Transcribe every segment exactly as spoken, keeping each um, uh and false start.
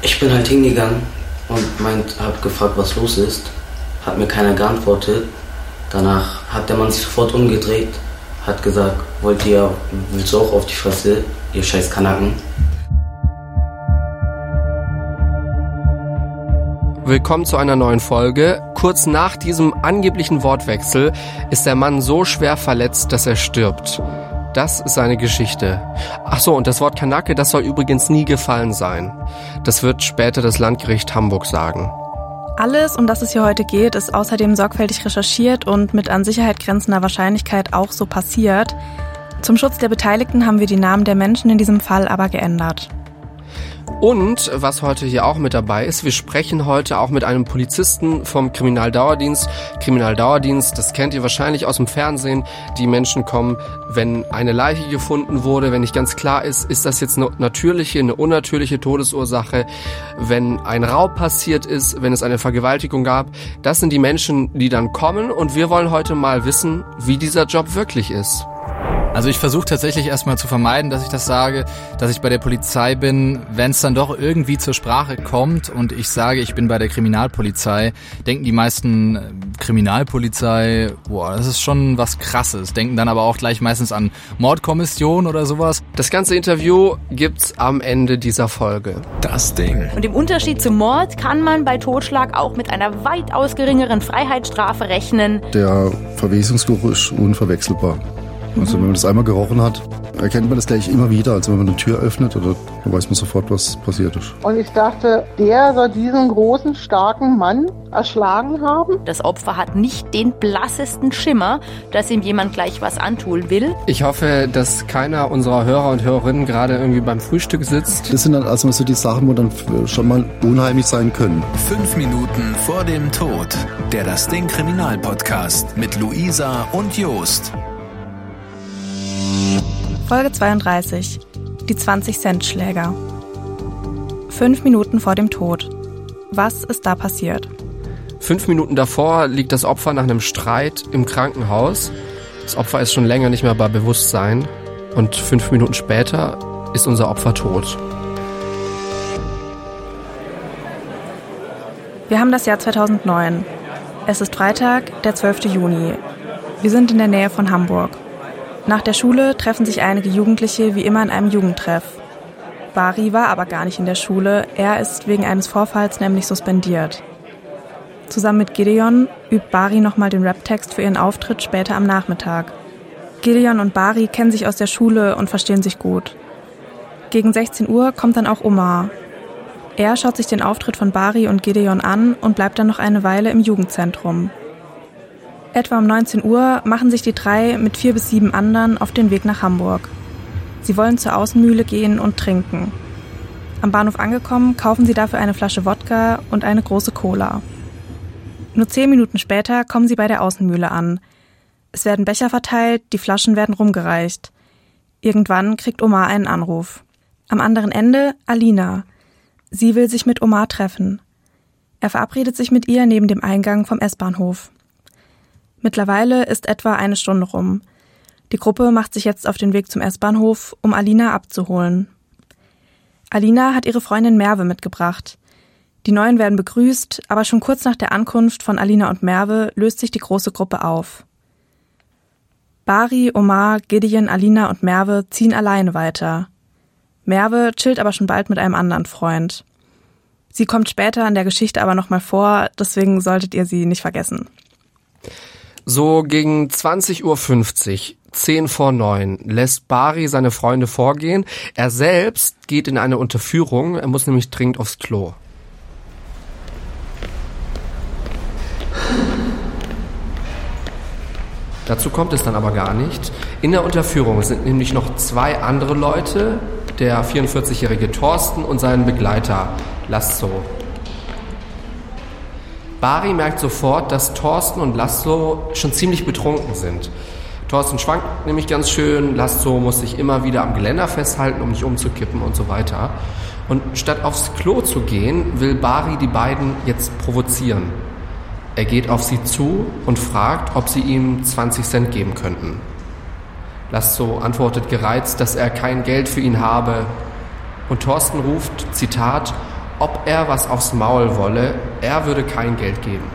Ich bin halt hingegangen und meint, hab gefragt, was los ist. Hat mir keiner geantwortet. Danach hat der Mann sich sofort umgedreht, hat gesagt, wollt ihr, willst du auch auf die Fresse, ihr scheiß Kanaken? Willkommen zu einer neuen Folge. Kurz nach diesem angeblichen Wortwechsel ist der Mann so schwer verletzt, dass er stirbt. Das ist seine Geschichte. Ach so, und das Wort Kanake, das soll übrigens nie gefallen sein. Das wird später das Landgericht Hamburg sagen. Alles, um das es hier heute geht, ist außerdem sorgfältig recherchiert und mit an Sicherheit grenzender Wahrscheinlichkeit auch so passiert. Zum Schutz der Beteiligten haben wir die Namen der Menschen in diesem Fall aber geändert. Und was heute hier auch mit dabei ist, wir sprechen heute auch mit einem Polizisten vom Kriminaldauerdienst. Kriminaldauerdienst, das kennt ihr wahrscheinlich aus dem Fernsehen. Die Menschen kommen, wenn eine Leiche gefunden wurde, wenn nicht ganz klar ist, ist das jetzt eine natürliche, eine unnatürliche Todesursache, wenn ein Raub passiert ist, wenn es eine Vergewaltigung gab. Das sind die Menschen, die dann kommen, und wir wollen heute mal wissen, wie dieser Job wirklich ist. Also ich versuche tatsächlich erstmal zu vermeiden, dass ich das sage, dass ich bei der Polizei bin. Wenn es dann doch irgendwie zur Sprache kommt und ich sage, ich bin bei der Kriminalpolizei, denken die meisten, äh, Kriminalpolizei, boah, das ist schon was Krasses. Denken dann aber auch gleich meistens an Mordkommission oder sowas. Das ganze Interview gibt's am Ende dieser Folge. Das Ding. Und im Unterschied zum Mord kann man bei Totschlag auch mit einer weitaus geringeren Freiheitsstrafe rechnen. Der Verwesungsgeruch ist unverwechselbar. Also wenn man das einmal gerochen hat, erkennt man das gleich immer wieder. Also wenn man eine Tür öffnet, oder dann weiß man sofort, was passiert ist. Und ich dachte, der soll diesen großen, starken Mann erschlagen haben. Das Opfer hat nicht den blassesten Schimmer, dass ihm jemand gleich was antun will. Ich hoffe, dass keiner unserer Hörer und Hörerinnen gerade irgendwie beim Frühstück sitzt. Das sind dann also so die Sachen, wo dann schon mal unheimlich sein können. Fünf Minuten vor dem Tod. Der Das Ding Kriminalpodcast mit Luisa und Jost. Folge zweiunddreißig. Die zwanzig-Cent-Schläger. Fünf Minuten vor dem Tod. Was ist da passiert? Fünf Minuten davor liegt das Opfer nach einem Streit im Krankenhaus. Das Opfer ist schon länger nicht mehr bei Bewusstsein. Und fünf Minuten später ist unser Opfer tot. Wir haben das Jahr zweitausendneun. Es ist Freitag, der zwölfte Juni. Wir sind in der Nähe von Hamburg. Nach der Schule treffen sich einige Jugendliche wie immer in einem Jugendtreff. Bari war aber gar nicht in der Schule, er ist wegen eines Vorfalls nämlich suspendiert. Zusammen mit Gideon übt Bari nochmal den Raptext für ihren Auftritt später am Nachmittag. Gideon und Bari kennen sich aus der Schule und verstehen sich gut. Gegen sechzehn Uhr kommt dann auch Omar. Er schaut sich den Auftritt von Bari und Gideon an und bleibt dann noch eine Weile im Jugendzentrum. Etwa um neunzehn Uhr machen sich die drei mit vier bis sieben anderen auf den Weg nach Hamburg. Sie wollen zur Außenmühle gehen und trinken. Am Bahnhof angekommen, kaufen sie dafür eine Flasche Wodka und eine große Cola. Nur zehn Minuten später kommen sie bei der Außenmühle an. Es werden Becher verteilt, die Flaschen werden rumgereicht. Irgendwann kriegt Omar einen Anruf. Am anderen Ende Alina. Sie will sich mit Omar treffen. Er verabredet sich mit ihr neben dem Eingang vom S-Bahnhof. Mittlerweile ist etwa eine Stunde rum. Die Gruppe macht sich jetzt auf den Weg zum S-Bahnhof, um Alina abzuholen. Alina hat ihre Freundin Merve mitgebracht. Die Neuen werden begrüßt, aber schon kurz nach der Ankunft von Alina und Merve löst sich die große Gruppe auf. Bari, Omar, Gideon, Alina und Merve ziehen alleine weiter. Merve chillt aber schon bald mit einem anderen Freund. Sie kommt später in der Geschichte aber nochmal vor, deswegen solltet ihr sie nicht vergessen. So gegen zwanzig Uhr fünfzig, zehn vor neun, lässt Bari seine Freunde vorgehen. Er selbst geht in eine Unterführung, er muss nämlich dringend aufs Klo. Dazu kommt es dann aber gar nicht. In der Unterführung sind nämlich noch zwei andere Leute, der vierundvierzigjährige Thorsten und sein Begleiter Laszlo. Bari merkt sofort, dass Thorsten und Laszlo schon ziemlich betrunken sind. Thorsten schwankt nämlich ganz schön, Laszlo muss sich immer wieder am Geländer festhalten, um nicht umzukippen und so weiter. Und statt aufs Klo zu gehen, will Bari die beiden jetzt provozieren. Er geht auf sie zu und fragt, ob sie ihm zwanzig Cent geben könnten. Laszlo antwortet gereizt, dass er kein Geld für ihn habe. Und Thorsten ruft, Zitat, ob er was aufs Maul wolle, er würde kein Geld geben.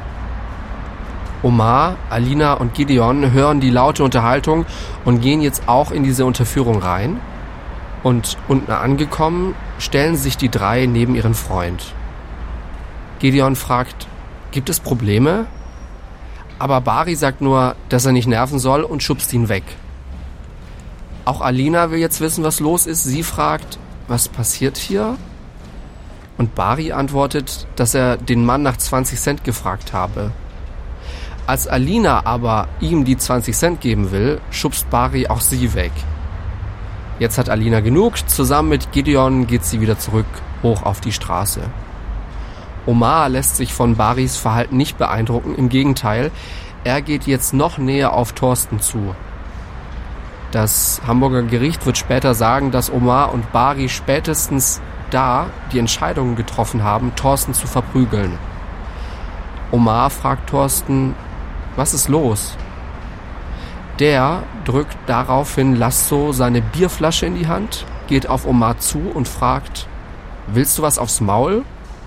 Omar, Alina und Gideon hören die laute Unterhaltung und gehen jetzt auch in diese Unterführung rein. Und unten angekommen, stellen sich die drei neben ihren Freund. Gideon fragt, gibt es Probleme? Aber Bari sagt nur, dass er nicht nerven soll und schubst ihn weg. Auch Alina will jetzt wissen, was los ist. Sie fragt, was passiert hier? Und Bari antwortet, dass er den Mann nach zwanzig Cent gefragt habe. Als Alina aber ihm die zwanzig Cent geben will, schubst Bari auch sie weg. Jetzt hat Alina genug. Zusammen mit Gideon geht sie wieder zurück, hoch auf die Straße. Omar lässt sich von Baris Verhalten nicht beeindrucken. Im Gegenteil, er geht jetzt noch näher auf Thorsten zu. Das Hamburger Gericht wird später sagen, dass Omar und Bari spätestens da die Entscheidung getroffen haben, Thorsten zu verprügeln. Omar fragt Thorsten, was ist los? Der drückt daraufhin Lasso seine Bierflasche in die Hand, geht auf Omar zu und fragt, willst du was aufs Maul?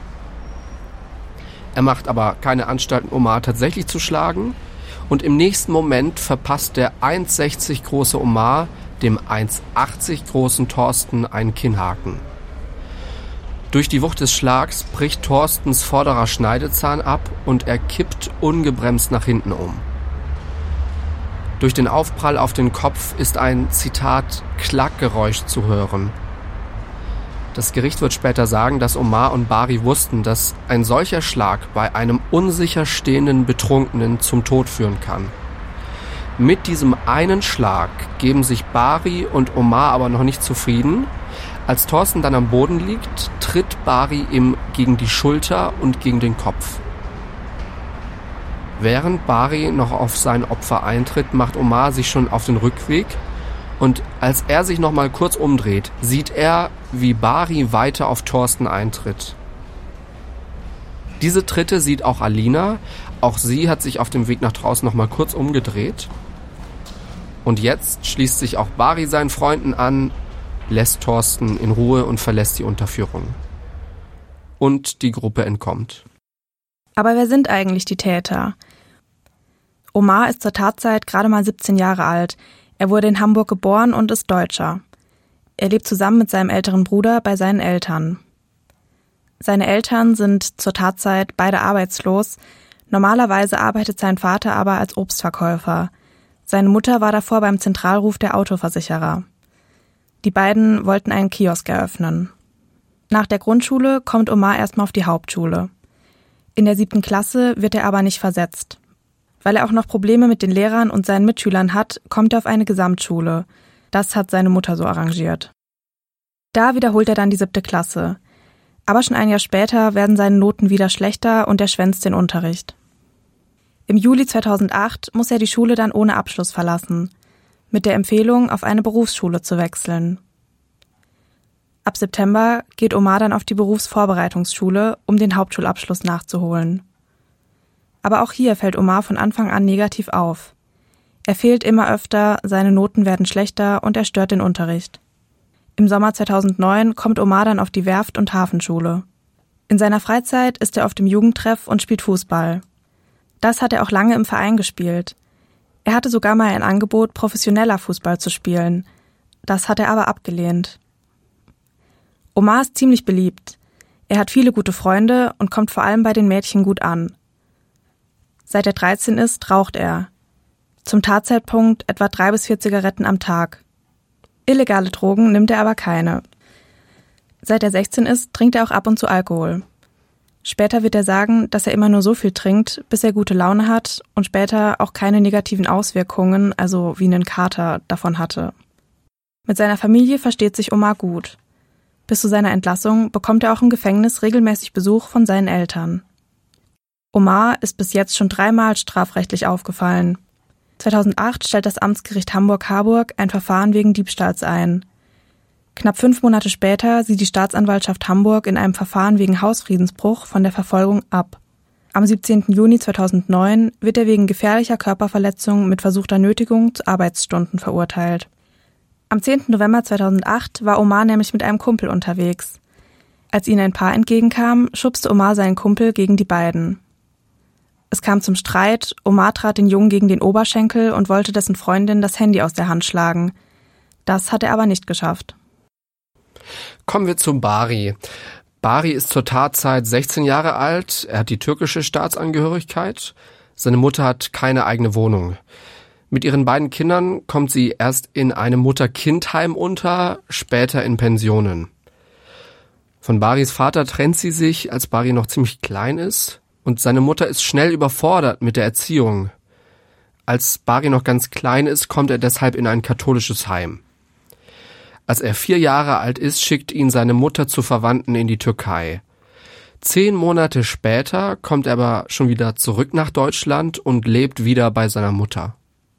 Er macht aber keine Anstalten, Omar tatsächlich zu schlagen, und im nächsten Moment verpasst der eins Komma sechzig große Omar dem eins Komma achtzig großen Thorsten einen Kinnhaken. Durch die Wucht des Schlags bricht Thorstens vorderer Schneidezahn ab und er kippt ungebremst nach hinten um. Durch den Aufprall auf den Kopf ist ein, Zitat, Klackgeräusch zu hören. Das Gericht wird später sagen, dass Omar und Bari wussten, dass ein solcher Schlag bei einem unsicher stehenden Betrunkenen zum Tod führen kann. Mit diesem einen Schlag geben sich Bari und Omar aber noch nicht zufrieden. Als Thorsten dann am Boden liegt, tritt Bari ihm gegen die Schulter und gegen den Kopf. Während Bari noch auf sein Opfer eintritt, macht Omar sich schon auf den Rückweg. Und als er sich noch mal kurz umdreht, sieht er, wie Bari weiter auf Thorsten eintritt. Diese Tritte sieht auch Alina. Auch sie hat sich auf dem Weg nach draußen noch mal kurz umgedreht. Und jetzt schließt sich auch Bari seinen Freunden an, lässt Thorsten in Ruhe und verlässt die Unterführung. Und die Gruppe entkommt. Aber wer sind eigentlich die Täter? Omar ist zur Tatzeit gerade mal siebzehn Jahre alt. Er wurde in Hamburg geboren und ist Deutscher. Er lebt zusammen mit seinem älteren Bruder bei seinen Eltern. Seine Eltern sind zur Tatzeit beide arbeitslos. Normalerweise arbeitet sein Vater aber als Obstverkäufer. Seine Mutter war davor beim Zentralruf der Autoversicherer. Die beiden wollten einen Kiosk eröffnen. Nach der Grundschule kommt Omar erstmal auf die Hauptschule. In der siebten Klasse wird er aber nicht versetzt. Weil er auch noch Probleme mit den Lehrern und seinen Mitschülern hat, kommt er auf eine Gesamtschule. Das hat seine Mutter so arrangiert. Da wiederholt er dann die siebte Klasse. Aber schon ein Jahr später werden seine Noten wieder schlechter und er schwänzt den Unterricht. Im Juli zweitausendacht muss er die Schule dann ohne Abschluss verlassen, mit der Empfehlung, auf eine Berufsschule zu wechseln. Ab September geht Omar dann auf die Berufsvorbereitungsschule, um den Hauptschulabschluss nachzuholen. Aber auch hier fällt Omar von Anfang an negativ auf. Er fehlt immer öfter, seine Noten werden schlechter und er stört den Unterricht. Im Sommer zweitausendneun kommt Omar dann auf die Werft- und Hafenschule. In seiner Freizeit ist er auf dem Jugendtreff und spielt Fußball. Das hat er auch lange im Verein gespielt. Er hatte sogar mal ein Angebot, professioneller Fußball zu spielen. Das hat er aber abgelehnt. Omar ist ziemlich beliebt. Er hat viele gute Freunde und kommt vor allem bei den Mädchen gut an. Seit er dreizehn ist, raucht er. Zum Tatzeitpunkt etwa drei bis vier Zigaretten am Tag. Illegale Drogen nimmt er aber keine. Seit er sechzehn ist, trinkt er auch ab und zu Alkohol. Später wird er sagen, dass er immer nur so viel trinkt, bis er gute Laune hat und später auch keine negativen Auswirkungen, also wie einen Kater, davon hatte. Mit seiner Familie versteht sich Omar gut. Bis zu seiner Entlassung bekommt er auch im Gefängnis regelmäßig Besuch von seinen Eltern. Omar ist bis jetzt schon dreimal strafrechtlich aufgefallen. zweitausendacht stellt das Amtsgericht Hamburg-Harburg ein Verfahren wegen Diebstahls ein. Knapp fünf Monate später sieht die Staatsanwaltschaft Hamburg in einem Verfahren wegen Hausfriedensbruch von der Verfolgung ab. Am siebzehnten Juni zweitausendneun wird er wegen gefährlicher Körperverletzung mit versuchter Nötigung zu Arbeitsstunden verurteilt. Am zehnten November zweitausendacht war Omar nämlich mit einem Kumpel unterwegs. Als ihnen ein Paar entgegenkam, schubste Omar seinen Kumpel gegen die beiden. Es kam zum Streit, Omar trat den Jungen gegen den Oberschenkel und wollte dessen Freundin das Handy aus der Hand schlagen. Das hat er aber nicht geschafft. Kommen wir zu Bari. Bari ist zur Tatzeit sechzehn Jahre alt, er hat die türkische Staatsangehörigkeit, seine Mutter hat keine eigene Wohnung. Mit ihren beiden Kindern kommt sie erst in einem Mutter-Kind-Heim unter, später in Pensionen. Von Baris Vater trennt sie sich, als Bari noch ziemlich klein ist, und seine Mutter ist schnell überfordert mit der Erziehung. Als Bari noch ganz klein ist, kommt er deshalb in ein katholisches Heim. Als er vier Jahre alt ist, schickt ihn seine Mutter zu Verwandten in die Türkei. Zehn Monate später kommt er aber schon wieder zurück nach Deutschland und lebt wieder bei seiner Mutter.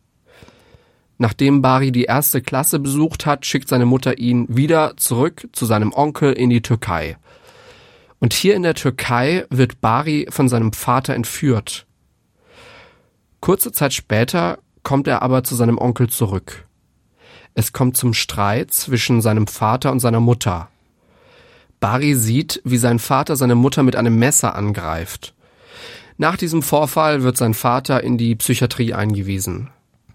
Nachdem Bari die erste Klasse besucht hat, schickt seine Mutter ihn wieder zurück zu seinem Onkel in die Türkei. Und hier in der Türkei wird Bari von seinem Vater entführt. Kurze Zeit später kommt er aber zu seinem Onkel zurück. Es kommt zum Streit zwischen seinem Vater und seiner Mutter. Bari sieht, wie sein Vater seine Mutter mit einem Messer angreift. Nach diesem Vorfall wird sein Vater in die Psychiatrie eingewiesen.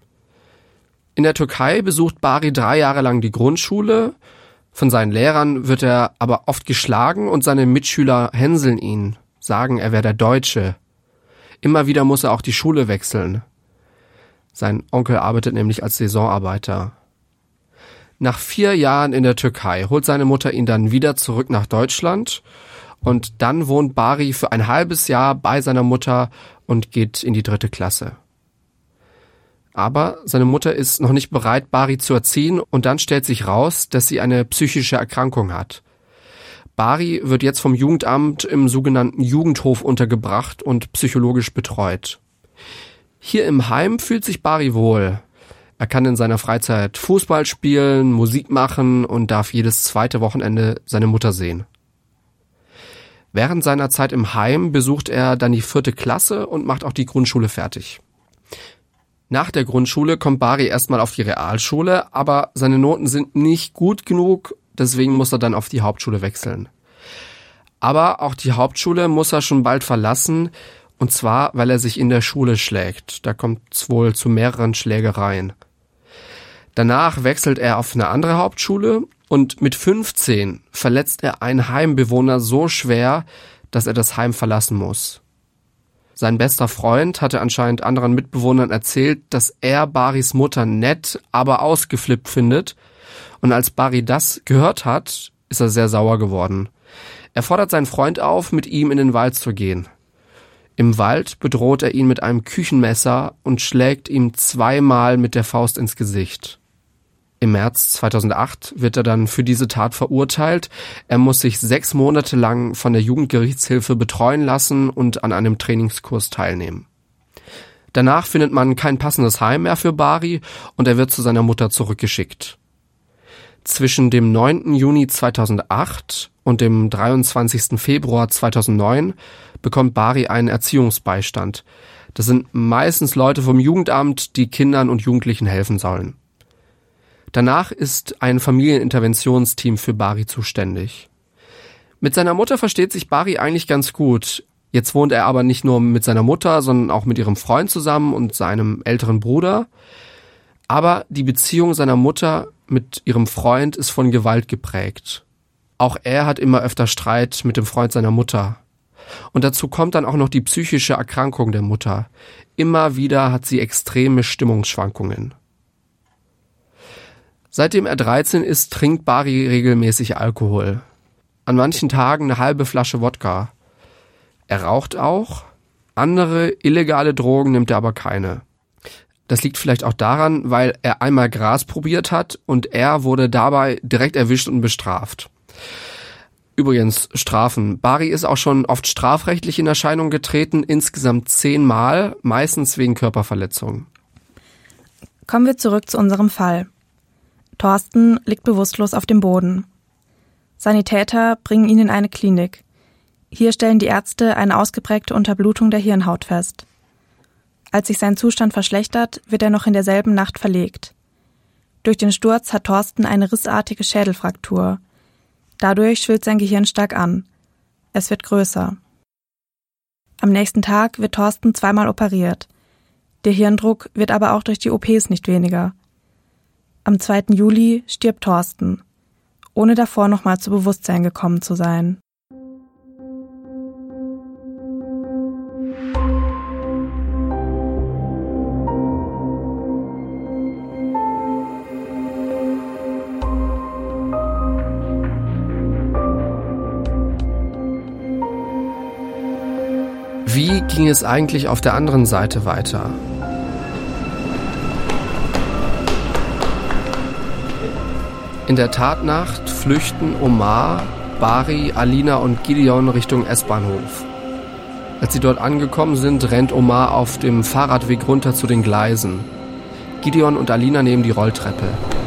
In der Türkei besucht Bari drei Jahre lang die Grundschule. Von seinen Lehrern wird er aber oft geschlagen und seine Mitschüler hänseln ihn, sagen, er wäre der Deutsche. Immer wieder muss er auch die Schule wechseln. Sein Onkel arbeitet nämlich als Saisonarbeiter. Nach vier Jahren in der Türkei holt seine Mutter ihn dann wieder zurück nach Deutschland und dann wohnt Bari für ein halbes Jahr bei seiner Mutter und geht in die dritte Klasse. Aber seine Mutter ist noch nicht bereit, Bari zu erziehen und dann stellt sich raus, dass sie eine psychische Erkrankung hat. Bari wird jetzt vom Jugendamt im sogenannten Jugendhof untergebracht und psychologisch betreut. Hier im Heim fühlt sich Bari wohl. Er kann in seiner Freizeit Fußball spielen, Musik machen und darf jedes zweite Wochenende seine Mutter sehen. Während seiner Zeit im Heim besucht er dann die vierte Klasse und macht auch die Grundschule fertig. Nach der Grundschule kommt Bari erstmal auf die Realschule, aber seine Noten sind nicht gut genug, deswegen muss er dann auf die Hauptschule wechseln. Aber auch die Hauptschule muss er schon bald verlassen, und zwar, weil er sich in der Schule schlägt. Da kommt es wohl zu mehreren Schlägereien. Danach wechselt er auf eine andere Hauptschule und mit fünfzehn verletzt er einen Heimbewohner so schwer, dass er das Heim verlassen muss. Sein bester Freund hatte anscheinend anderen Mitbewohnern erzählt, dass er Baris Mutter nett, aber ausgeflippt findet. Und als Bari das gehört hat, ist er sehr sauer geworden. Er fordert seinen Freund auf, mit ihm in den Wald zu gehen. Im Wald bedroht er ihn mit einem Küchenmesser und schlägt ihm zweimal mit der Faust ins Gesicht. Im März zweitausendacht wird er dann für diese Tat verurteilt. Er muss sich sechs Monate lang von der Jugendgerichtshilfe betreuen lassen und an einem Trainingskurs teilnehmen. Danach findet man kein passendes Heim mehr für Bari und er wird zu seiner Mutter zurückgeschickt. Zwischen dem neunten Juni zweitausendacht und dem dreiundzwanzigsten Februar zweitausendneun bekommt Bari einen Erziehungsbeistand. Das sind meistens Leute vom Jugendamt, die Kindern und Jugendlichen helfen sollen. Danach ist ein Familieninterventionsteam für Bari zuständig. Mit seiner Mutter versteht sich Bari eigentlich ganz gut. Jetzt wohnt er aber nicht nur mit seiner Mutter, sondern auch mit ihrem Freund zusammen und seinem älteren Bruder. Aber die Beziehung seiner Mutter mit ihrem Freund ist von Gewalt geprägt. Auch er hat immer öfter Streit mit dem Freund seiner Mutter. Und dazu kommt dann auch noch die psychische Erkrankung der Mutter. Immer wieder hat sie extreme Stimmungsschwankungen. Seitdem er dreizehn ist, trinkt Bari regelmäßig Alkohol. An manchen Tagen eine halbe Flasche Wodka. Er raucht auch. Andere illegale Drogen nimmt er aber keine. Das liegt vielleicht auch daran, weil er einmal Gras probiert hat und er wurde dabei direkt erwischt und bestraft. Übrigens, Strafen. Bari ist auch schon oft strafrechtlich in Erscheinung getreten, insgesamt zehnmal, meistens wegen Körperverletzung. Kommen wir zurück zu unserem Fall. Thorsten liegt bewusstlos auf dem Boden. Sanitäter bringen ihn in eine Klinik. Hier stellen die Ärzte eine ausgeprägte Unterblutung der Hirnhaut fest. Als sich sein Zustand verschlechtert, wird er noch in derselben Nacht verlegt. Durch den Sturz hat Thorsten eine rissartige Schädelfraktur. Dadurch schwillt sein Gehirn stark an. Es wird größer. Am nächsten Tag wird Thorsten zweimal operiert. Der Hirndruck wird aber auch durch die O Ps nicht weniger. Am zweiten Juli stirbt Thorsten, ohne davor nochmal zu Bewusstsein gekommen zu sein. Wie ging es eigentlich auf der anderen Seite weiter? In der Tatnacht flüchten Omar, Bari, Alina und Gideon Richtung S-Bahnhof. Als sie dort angekommen sind, rennt Omar auf dem Fahrradweg runter zu den Gleisen. Gideon und Alina nehmen die Rolltreppe.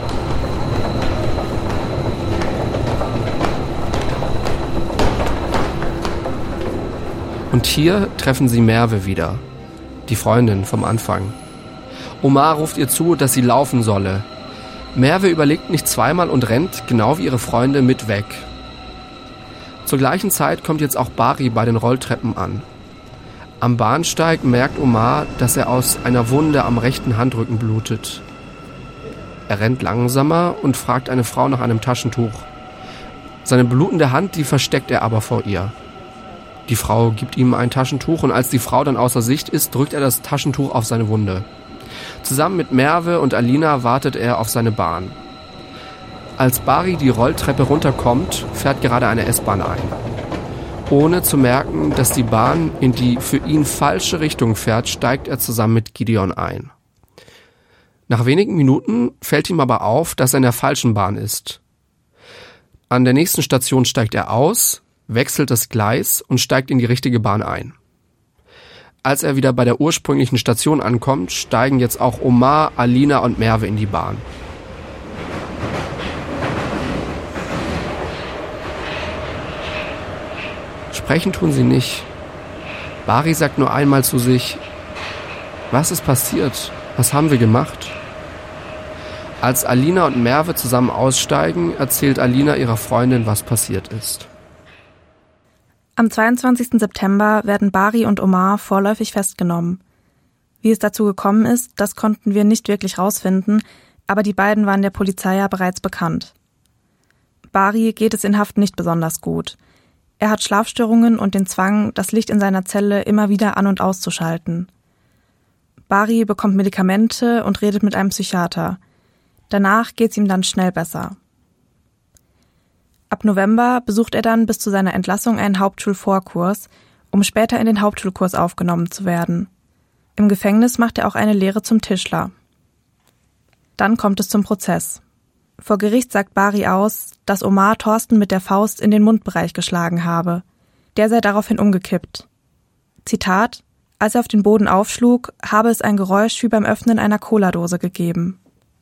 Und hier treffen sie Merve wieder, die Freundin vom Anfang. Omar ruft ihr zu, dass sie laufen solle. Merve überlegt nicht zweimal und rennt, genau wie ihre Freunde, mit weg. Zur gleichen Zeit kommt jetzt auch Bari bei den Rolltreppen an. Am Bahnsteig merkt Omar, dass er aus einer Wunde am rechten Handrücken blutet. Er rennt langsamer und fragt eine Frau nach einem Taschentuch. Seine blutende Hand, die versteckt er aber vor ihr. Die Frau gibt ihm ein Taschentuch und als die Frau dann außer Sicht ist, drückt er das Taschentuch auf seine Wunde. Zusammen mit Merve und Alina wartet er auf seine Bahn. Als Bari die Rolltreppe runterkommt, fährt gerade eine S-Bahn ein. Ohne zu merken, dass die Bahn in die für ihn falsche Richtung fährt, steigt er zusammen mit Gideon ein. Nach wenigen Minuten fällt ihm aber auf, dass er in der falschen Bahn ist. An der nächsten Station steigt er aus, wechselt das Gleis und steigt in die richtige Bahn ein. Als er wieder bei der ursprünglichen Station ankommt, steigen jetzt auch Omar, Alina und Merve in die Bahn. Sprechen tun sie nicht. Bari sagt nur einmal zu sich: Was ist passiert? Was haben wir gemacht? Als Alina und Merve zusammen aussteigen, erzählt Alina ihrer Freundin, was passiert ist. Am zweiundzwanzigsten September werden Bari und Omar vorläufig festgenommen. Wie es dazu gekommen ist, das konnten wir nicht wirklich rausfinden, aber die beiden waren der Polizei ja bereits bekannt. Bari geht es in Haft nicht besonders gut. Er hat Schlafstörungen und den Zwang, das Licht in seiner Zelle immer wieder an- und auszuschalten. Bari bekommt Medikamente und redet mit einem Psychiater. Danach geht's ihm dann schnell besser. Ab November besucht er dann bis zu seiner Entlassung einen Hauptschulvorkurs, um später in den Hauptschulkurs aufgenommen zu werden. Im Gefängnis macht er auch eine Lehre zum Tischler. Dann kommt es zum Prozess. Vor Gericht sagt Bari aus, dass Omar Thorsten mit der Faust in den Mundbereich geschlagen habe. Der sei daraufhin umgekippt. Zitat: Als er auf den Boden aufschlug, habe es ein Geräusch wie beim Öffnen einer Cola-Dose gegeben.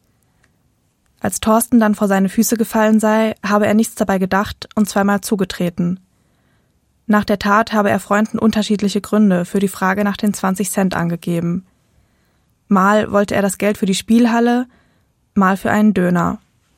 Als Thorsten dann vor seine Füße gefallen sei, habe er nichts dabei gedacht und zweimal zugetreten. Nach der Tat habe er Freunden unterschiedliche Gründe für die Frage nach den zwanzig Cent angegeben. Mal wollte er das Geld für die Spielhalle, mal für einen Döner.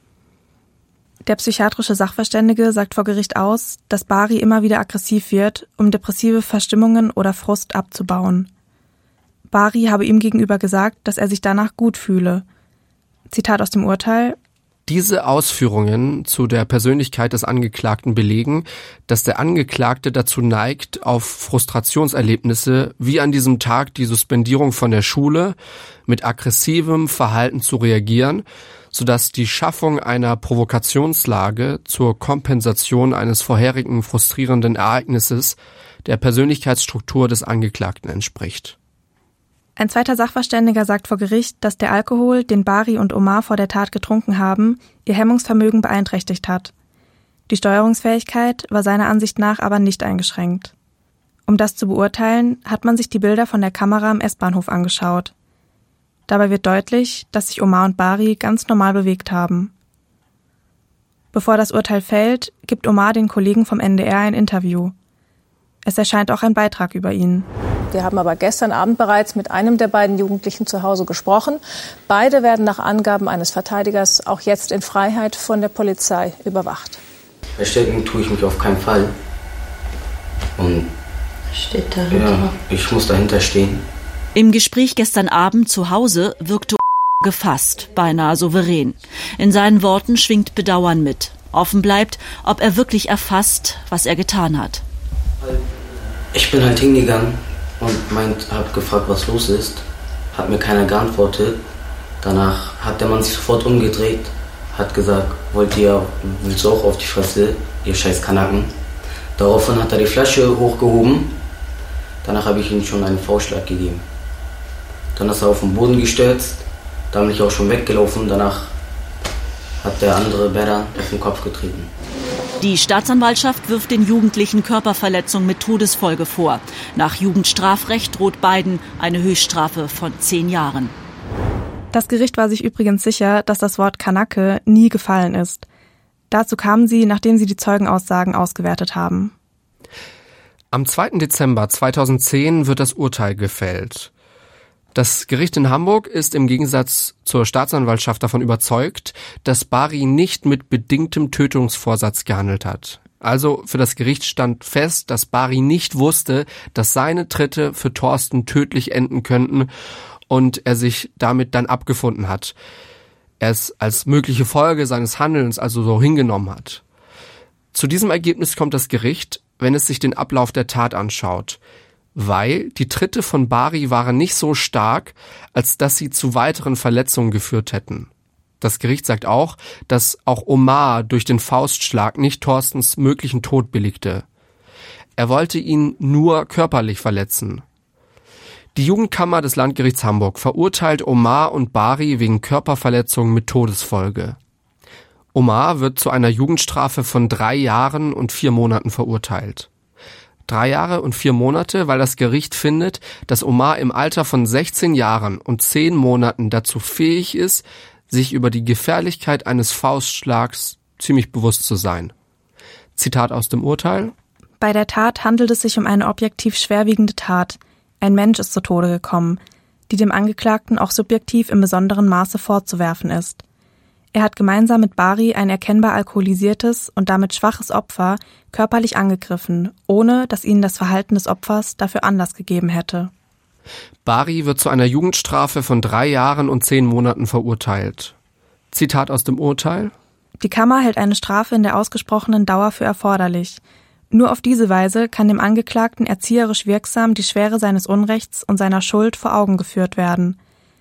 Der psychiatrische Sachverständige sagt vor Gericht aus, dass Bari immer wieder aggressiv wird, um depressive Verstimmungen oder Frust abzubauen. Bari habe ihm gegenüber gesagt, dass er sich danach gut fühle. Zitat aus dem Urteil: Diese Ausführungen zu der Persönlichkeit des Angeklagten belegen, dass der Angeklagte dazu neigt, auf Frustrationserlebnisse wie an diesem Tag die Suspendierung von der Schule mit aggressivem Verhalten zu reagieren, sodass die Schaffung einer Provokationslage zur Kompensation eines vorherigen frustrierenden Ereignisses der Persönlichkeitsstruktur des Angeklagten entspricht. Ein zweiter Sachverständiger sagt vor Gericht, dass der Alkohol, den Bari und Omar vor der Tat getrunken haben, ihr Hemmungsvermögen beeinträchtigt hat. Die Steuerungsfähigkeit war seiner Ansicht nach aber nicht eingeschränkt. Um das zu beurteilen, hat man sich die Bilder von der Kamera am S-Bahnhof angeschaut. Dabei wird deutlich, dass sich Omar und Bari ganz normal bewegt haben. Bevor das Urteil fällt, gibt Omar den Kollegen vom N D R ein Interview. Es erscheint auch ein Beitrag über ihn. Wir haben aber gestern Abend bereits mit einem der beiden Jugendlichen zu Hause gesprochen. Beide werden nach Angaben eines Verteidigers auch jetzt in Freiheit von der Polizei überwacht. Verstecken tue ich mich auf keinen Fall. Und steht dahinter. Ja, ich muss dahinter stehen. Im Gespräch gestern Abend zu Hause wirkte gefasst, beinahe souverän. In seinen Worten schwingt Bedauern mit. Offen bleibt, ob er wirklich erfasst, was er getan hat. Ich bin halt hingegangen und meint, hab gefragt, was los ist. Hat mir keiner geantwortet. Danach hat der Mann sich sofort umgedreht, hat gesagt, wollt ihr, willst du auch auf die Fresse, ihr scheiß Kanaken. Daraufhin hat er die Flasche hochgehoben. Danach habe ich ihm schon einen Faustschlag gegeben. Dann ist er auf den Boden gestürzt. Da bin ich auch schon weggelaufen. Danach hat der andere Bäder auf den Kopf getreten. Die Staatsanwaltschaft wirft den Jugendlichen Körperverletzung mit Todesfolge vor. Nach Jugendstrafrecht droht beiden eine Höchststrafe von zehn Jahren. Das Gericht war sich übrigens sicher, dass das Wort Kanake nie gefallen ist. Dazu kamen sie, nachdem sie die Zeugenaussagen ausgewertet haben. Am zweiten Dezember zweitausendzehn wird das Urteil gefällt. Das Gericht in Hamburg ist im Gegensatz zur Staatsanwaltschaft davon überzeugt, dass Bari nicht mit bedingtem Tötungsvorsatz gehandelt hat. Also für das Gericht stand fest, dass Bari nicht wusste, dass seine Tritte für Thorsten tödlich enden könnten und er sich damit dann abgefunden hat. Er es als mögliche Folge seines Handelns also so hingenommen hat. Zu diesem Ergebnis kommt das Gericht, wenn es sich den Ablauf der Tat anschaut, weil die Tritte von Bari waren nicht so stark, als dass sie zu weiteren Verletzungen geführt hätten. Das Gericht sagt auch, dass auch Omar durch den Faustschlag nicht Thorstens möglichen Tod billigte. Er wollte ihn nur körperlich verletzen. Die Jugendkammer des Landgerichts Hamburg verurteilt Omar und Bari wegen Körperverletzung mit Todesfolge. Omar wird zu einer Jugendstrafe von drei Jahren und vier Monaten verurteilt. Drei Jahre und vier Monate, weil das Gericht findet, dass Omar im Alter von sechzehn Jahren und zehn Monaten dazu fähig ist, sich über die Gefährlichkeit eines Faustschlags ziemlich bewusst zu sein. Zitat aus dem Urteil: Bei der Tat handelt es sich um eine objektiv schwerwiegende Tat. Ein Mensch ist zu Tode gekommen, die dem Angeklagten auch subjektiv im besonderen Maße vorzuwerfen ist. Er hat gemeinsam mit Bari ein erkennbar alkoholisiertes und damit schwaches Opfer körperlich angegriffen, ohne dass ihnen das Verhalten des Opfers dafür Anlass gegeben hätte. Bari wird zu einer Jugendstrafe von drei Jahren und zehn Monaten verurteilt. Zitat aus dem Urteil: Die Kammer hält eine Strafe in der ausgesprochenen Dauer für erforderlich. Nur auf diese Weise kann dem Angeklagten erzieherisch wirksam die Schwere seines Unrechts und seiner Schuld vor Augen geführt werden.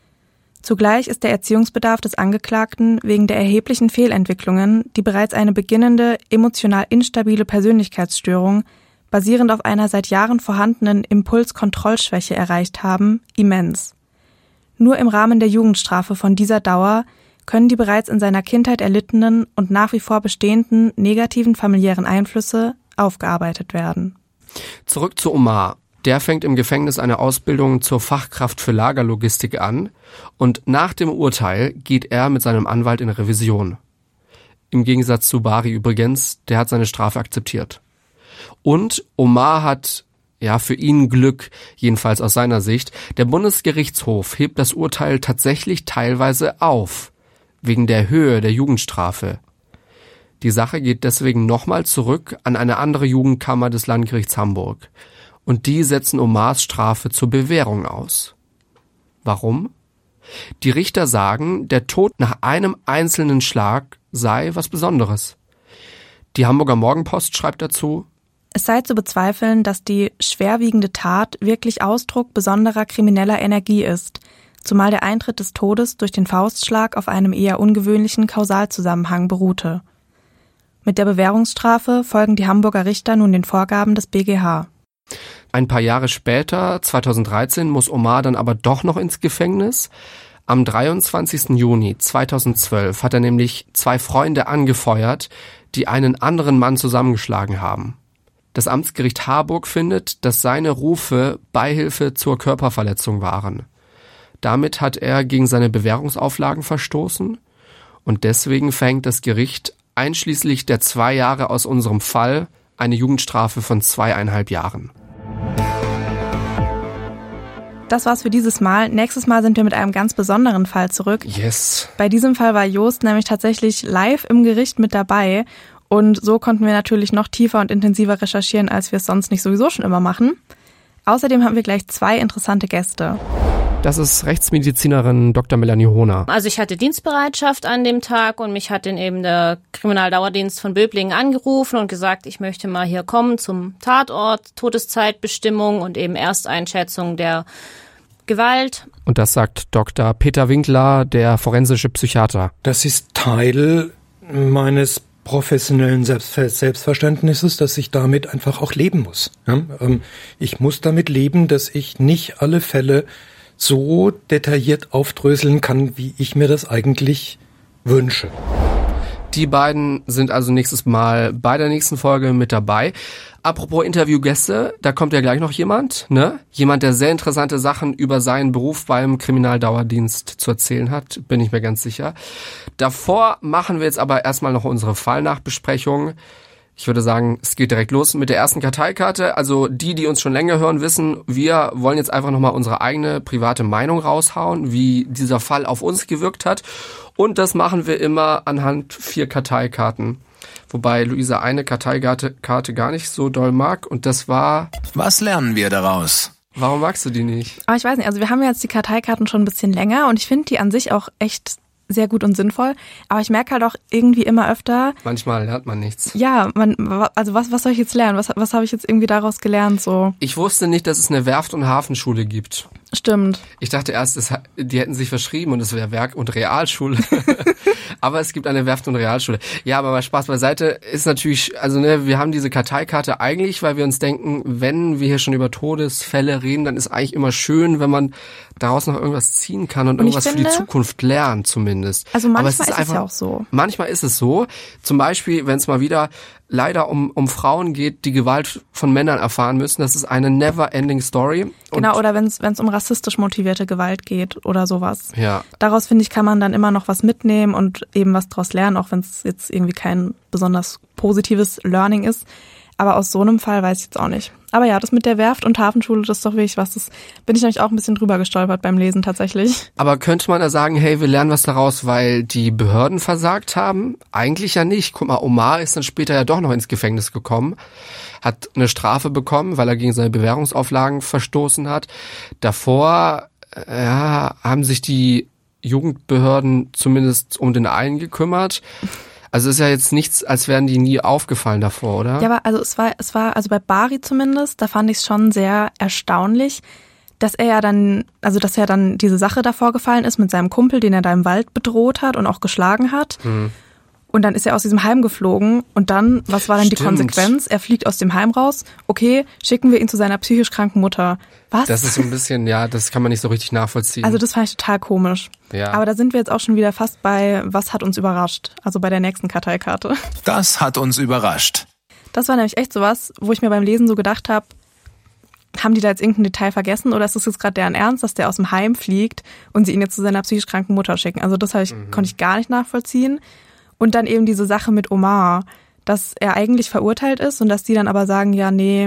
Zugleich ist der Erziehungsbedarf des Angeklagten wegen der erheblichen Fehlentwicklungen, die bereits eine beginnende, emotional instabile Persönlichkeitsstörung, basierend auf einer seit Jahren vorhandenen Impulskontrollschwäche erreicht haben, immens. Nur im Rahmen der Jugendstrafe von dieser Dauer können die bereits in seiner Kindheit erlittenen und nach wie vor bestehenden negativen familiären Einflüsse aufgearbeitet werden. Zurück zu Omar. Der fängt im Gefängnis eine Ausbildung zur Fachkraft für Lagerlogistik an und nach dem Urteil geht er mit seinem Anwalt in Revision. Im Gegensatz zu Bari übrigens, der hat seine Strafe akzeptiert. Und Omar hat, ja, für ihn Glück, jedenfalls aus seiner Sicht. Der Bundesgerichtshof hebt das Urteil tatsächlich teilweise auf, wegen der Höhe der Jugendstrafe. Die Sache geht deswegen nochmal zurück an eine andere Jugendkammer des Landgerichts Hamburg. Und die setzen Omars Strafe zur Bewährung aus. Warum? Die Richter sagen, der Tod nach einem einzelnen Schlag sei was Besonderes. Die Hamburger Morgenpost schreibt dazu: Es sei zu bezweifeln, dass die schwerwiegende Tat wirklich Ausdruck besonderer krimineller Energie ist, zumal der Eintritt des Todes durch den Faustschlag auf einem eher ungewöhnlichen Kausalzusammenhang beruhte. Mit der Bewährungsstrafe folgen die Hamburger Richter nun den Vorgaben des B G H. Ein paar Jahre später, zweitausenddreizehn, muss Omar dann aber doch noch ins Gefängnis. Am dreiundzwanzigsten Juni zweitausendzwölf hat er nämlich zwei Freunde angefeuert, die einen anderen Mann zusammengeschlagen haben. Das Amtsgericht Harburg findet, dass seine Rufe Beihilfe zur Körperverletzung waren. Damit hat er gegen seine Bewährungsauflagen verstoßen und deswegen verhängt das Gericht einschließlich der zwei Jahre aus unserem Fall eine Jugendstrafe von zweieinhalb Jahren. Das war's für dieses Mal. Nächstes Mal sind wir mit einem ganz besonderen Fall zurück. Yes. Bei diesem Fall war Joost nämlich tatsächlich live im Gericht mit dabei Und so konnten wir natürlich noch tiefer und intensiver recherchieren, als wir es sonst nicht sowieso schon immer machen. Außerdem haben wir gleich zwei interessante Gäste. Das ist Rechtsmedizinerin Doktor Melanie Hohner. Also ich hatte Dienstbereitschaft an dem Tag und mich hat dann eben der Kriminaldauerdienst von Böblingen angerufen und gesagt, ich möchte mal hier kommen zum Tatort, Todeszeitbestimmung und eben Ersteinschätzung der Gewalt. Und das sagt Doktor Peter Winkler, der forensische Psychiater. Das ist Teil meines professionellen Selbstver- Selbstverständnisses, dass ich damit einfach auch leben muss. Ja, ähm, ich muss damit leben, dass ich nicht alle Fälle so detailliert aufdröseln kann, wie ich mir das eigentlich wünsche. Die beiden sind also nächstes Mal bei der nächsten Folge mit dabei. Apropos Interviewgäste, da kommt ja gleich noch jemand, ne? Jemand, der sehr interessante Sachen über seinen Beruf beim Kriminaldauerdienst zu erzählen hat, bin ich mir ganz sicher. Davor machen wir jetzt aber erstmal noch unsere Fallnachbesprechung. Ich würde sagen, es geht direkt los mit der ersten Karteikarte. Also die, die uns schon länger hören, wissen, wir wollen jetzt einfach nochmal unsere eigene private Meinung raushauen, wie dieser Fall auf uns gewirkt hat. Und das machen wir immer anhand vier Karteikarten. Wobei Luisa eine Karteikarte Karte gar nicht so doll mag. Und das war... Was lernen wir daraus? Warum magst du die nicht? Aber ich weiß nicht, also wir haben ja jetzt die Karteikarten schon ein bisschen länger und ich finde die an sich auch echt sehr gut und sinnvoll, aber ich merke halt auch irgendwie immer öfter... Manchmal lernt man nichts. Ja, man, also was, was soll ich jetzt lernen? Was, was habe ich jetzt irgendwie daraus gelernt? So? Ich wusste nicht, dass es eine Werft- und Hafenschule gibt. Stimmt. Ich dachte erst, es, die hätten sich verschrieben und es wäre Werk- und Realschule. Aber es gibt eine Werft- und Realschule. Ja, aber mal Spaß beiseite, ist natürlich, also ne, wir haben diese Karteikarte eigentlich, weil wir uns denken, wenn wir hier schon über Todesfälle reden, dann ist eigentlich immer schön, wenn man daraus noch irgendwas ziehen kann und, und irgendwas finde, für die Zukunft lernen zumindest. Also manchmal aber es ist, ist einfach, es ja auch so. Manchmal ist es so. Zum Beispiel, wenn es mal wieder leider um, um Frauen geht, die Gewalt von Männern erfahren müssen. Das ist eine never-ending Story. Und genau, oder wenn es wenn es um rassistisch motivierte Gewalt geht oder sowas. Ja. Daraus, finde ich, kann man dann immer noch was mitnehmen und eben was draus lernen, auch wenn es jetzt irgendwie kein besonders positives Learning ist. Aber aus so einem Fall weiß ich jetzt auch nicht. Aber ja, das mit der Werft und Hafenschule, das ist doch wirklich was. Das bin ich nämlich auch ein bisschen drüber gestolpert beim Lesen tatsächlich. Aber könnte man da sagen, hey, wir lernen was daraus, weil die Behörden versagt haben? Eigentlich ja nicht. Guck mal, Omar ist dann später ja doch noch ins Gefängnis gekommen, hat eine Strafe bekommen, weil er gegen seine Bewährungsauflagen verstoßen hat. Davor ja, haben sich die Jugendbehörden zumindest um den einen gekümmert. Also ist ja jetzt nichts, als wären die nie aufgefallen davor, oder? Ja, aber also es war, es war, also bei Bari zumindest, da fand ich es schon sehr erstaunlich, dass er ja dann, also dass ja dann diese Sache da vorgefallen ist mit seinem Kumpel, den er da im Wald bedroht hat und auch geschlagen hat. Mhm. Und dann ist er aus diesem Heim geflogen und dann, was war dann Stimmt. die Konsequenz? Er fliegt aus dem Heim raus. Okay, schicken wir ihn zu seiner psychisch kranken Mutter. Was? Das ist so ein bisschen, ja, das kann man nicht so richtig nachvollziehen. Also das fand ich total komisch. Ja. Aber da sind wir jetzt auch schon wieder fast bei, was hat uns überrascht? Also bei der nächsten Karteikarte. Das hat uns überrascht. Das war nämlich echt sowas, wo ich mir beim Lesen so gedacht habe, haben die da jetzt irgendein Detail vergessen oder ist das jetzt gerade deren Ernst, dass der aus dem Heim fliegt und sie ihn jetzt zu seiner psychisch kranken Mutter schicken? Also das ich, mhm. konnte ich gar nicht nachvollziehen. Und dann eben diese Sache mit Omar, dass er eigentlich verurteilt ist und dass die dann aber sagen, ja, nee,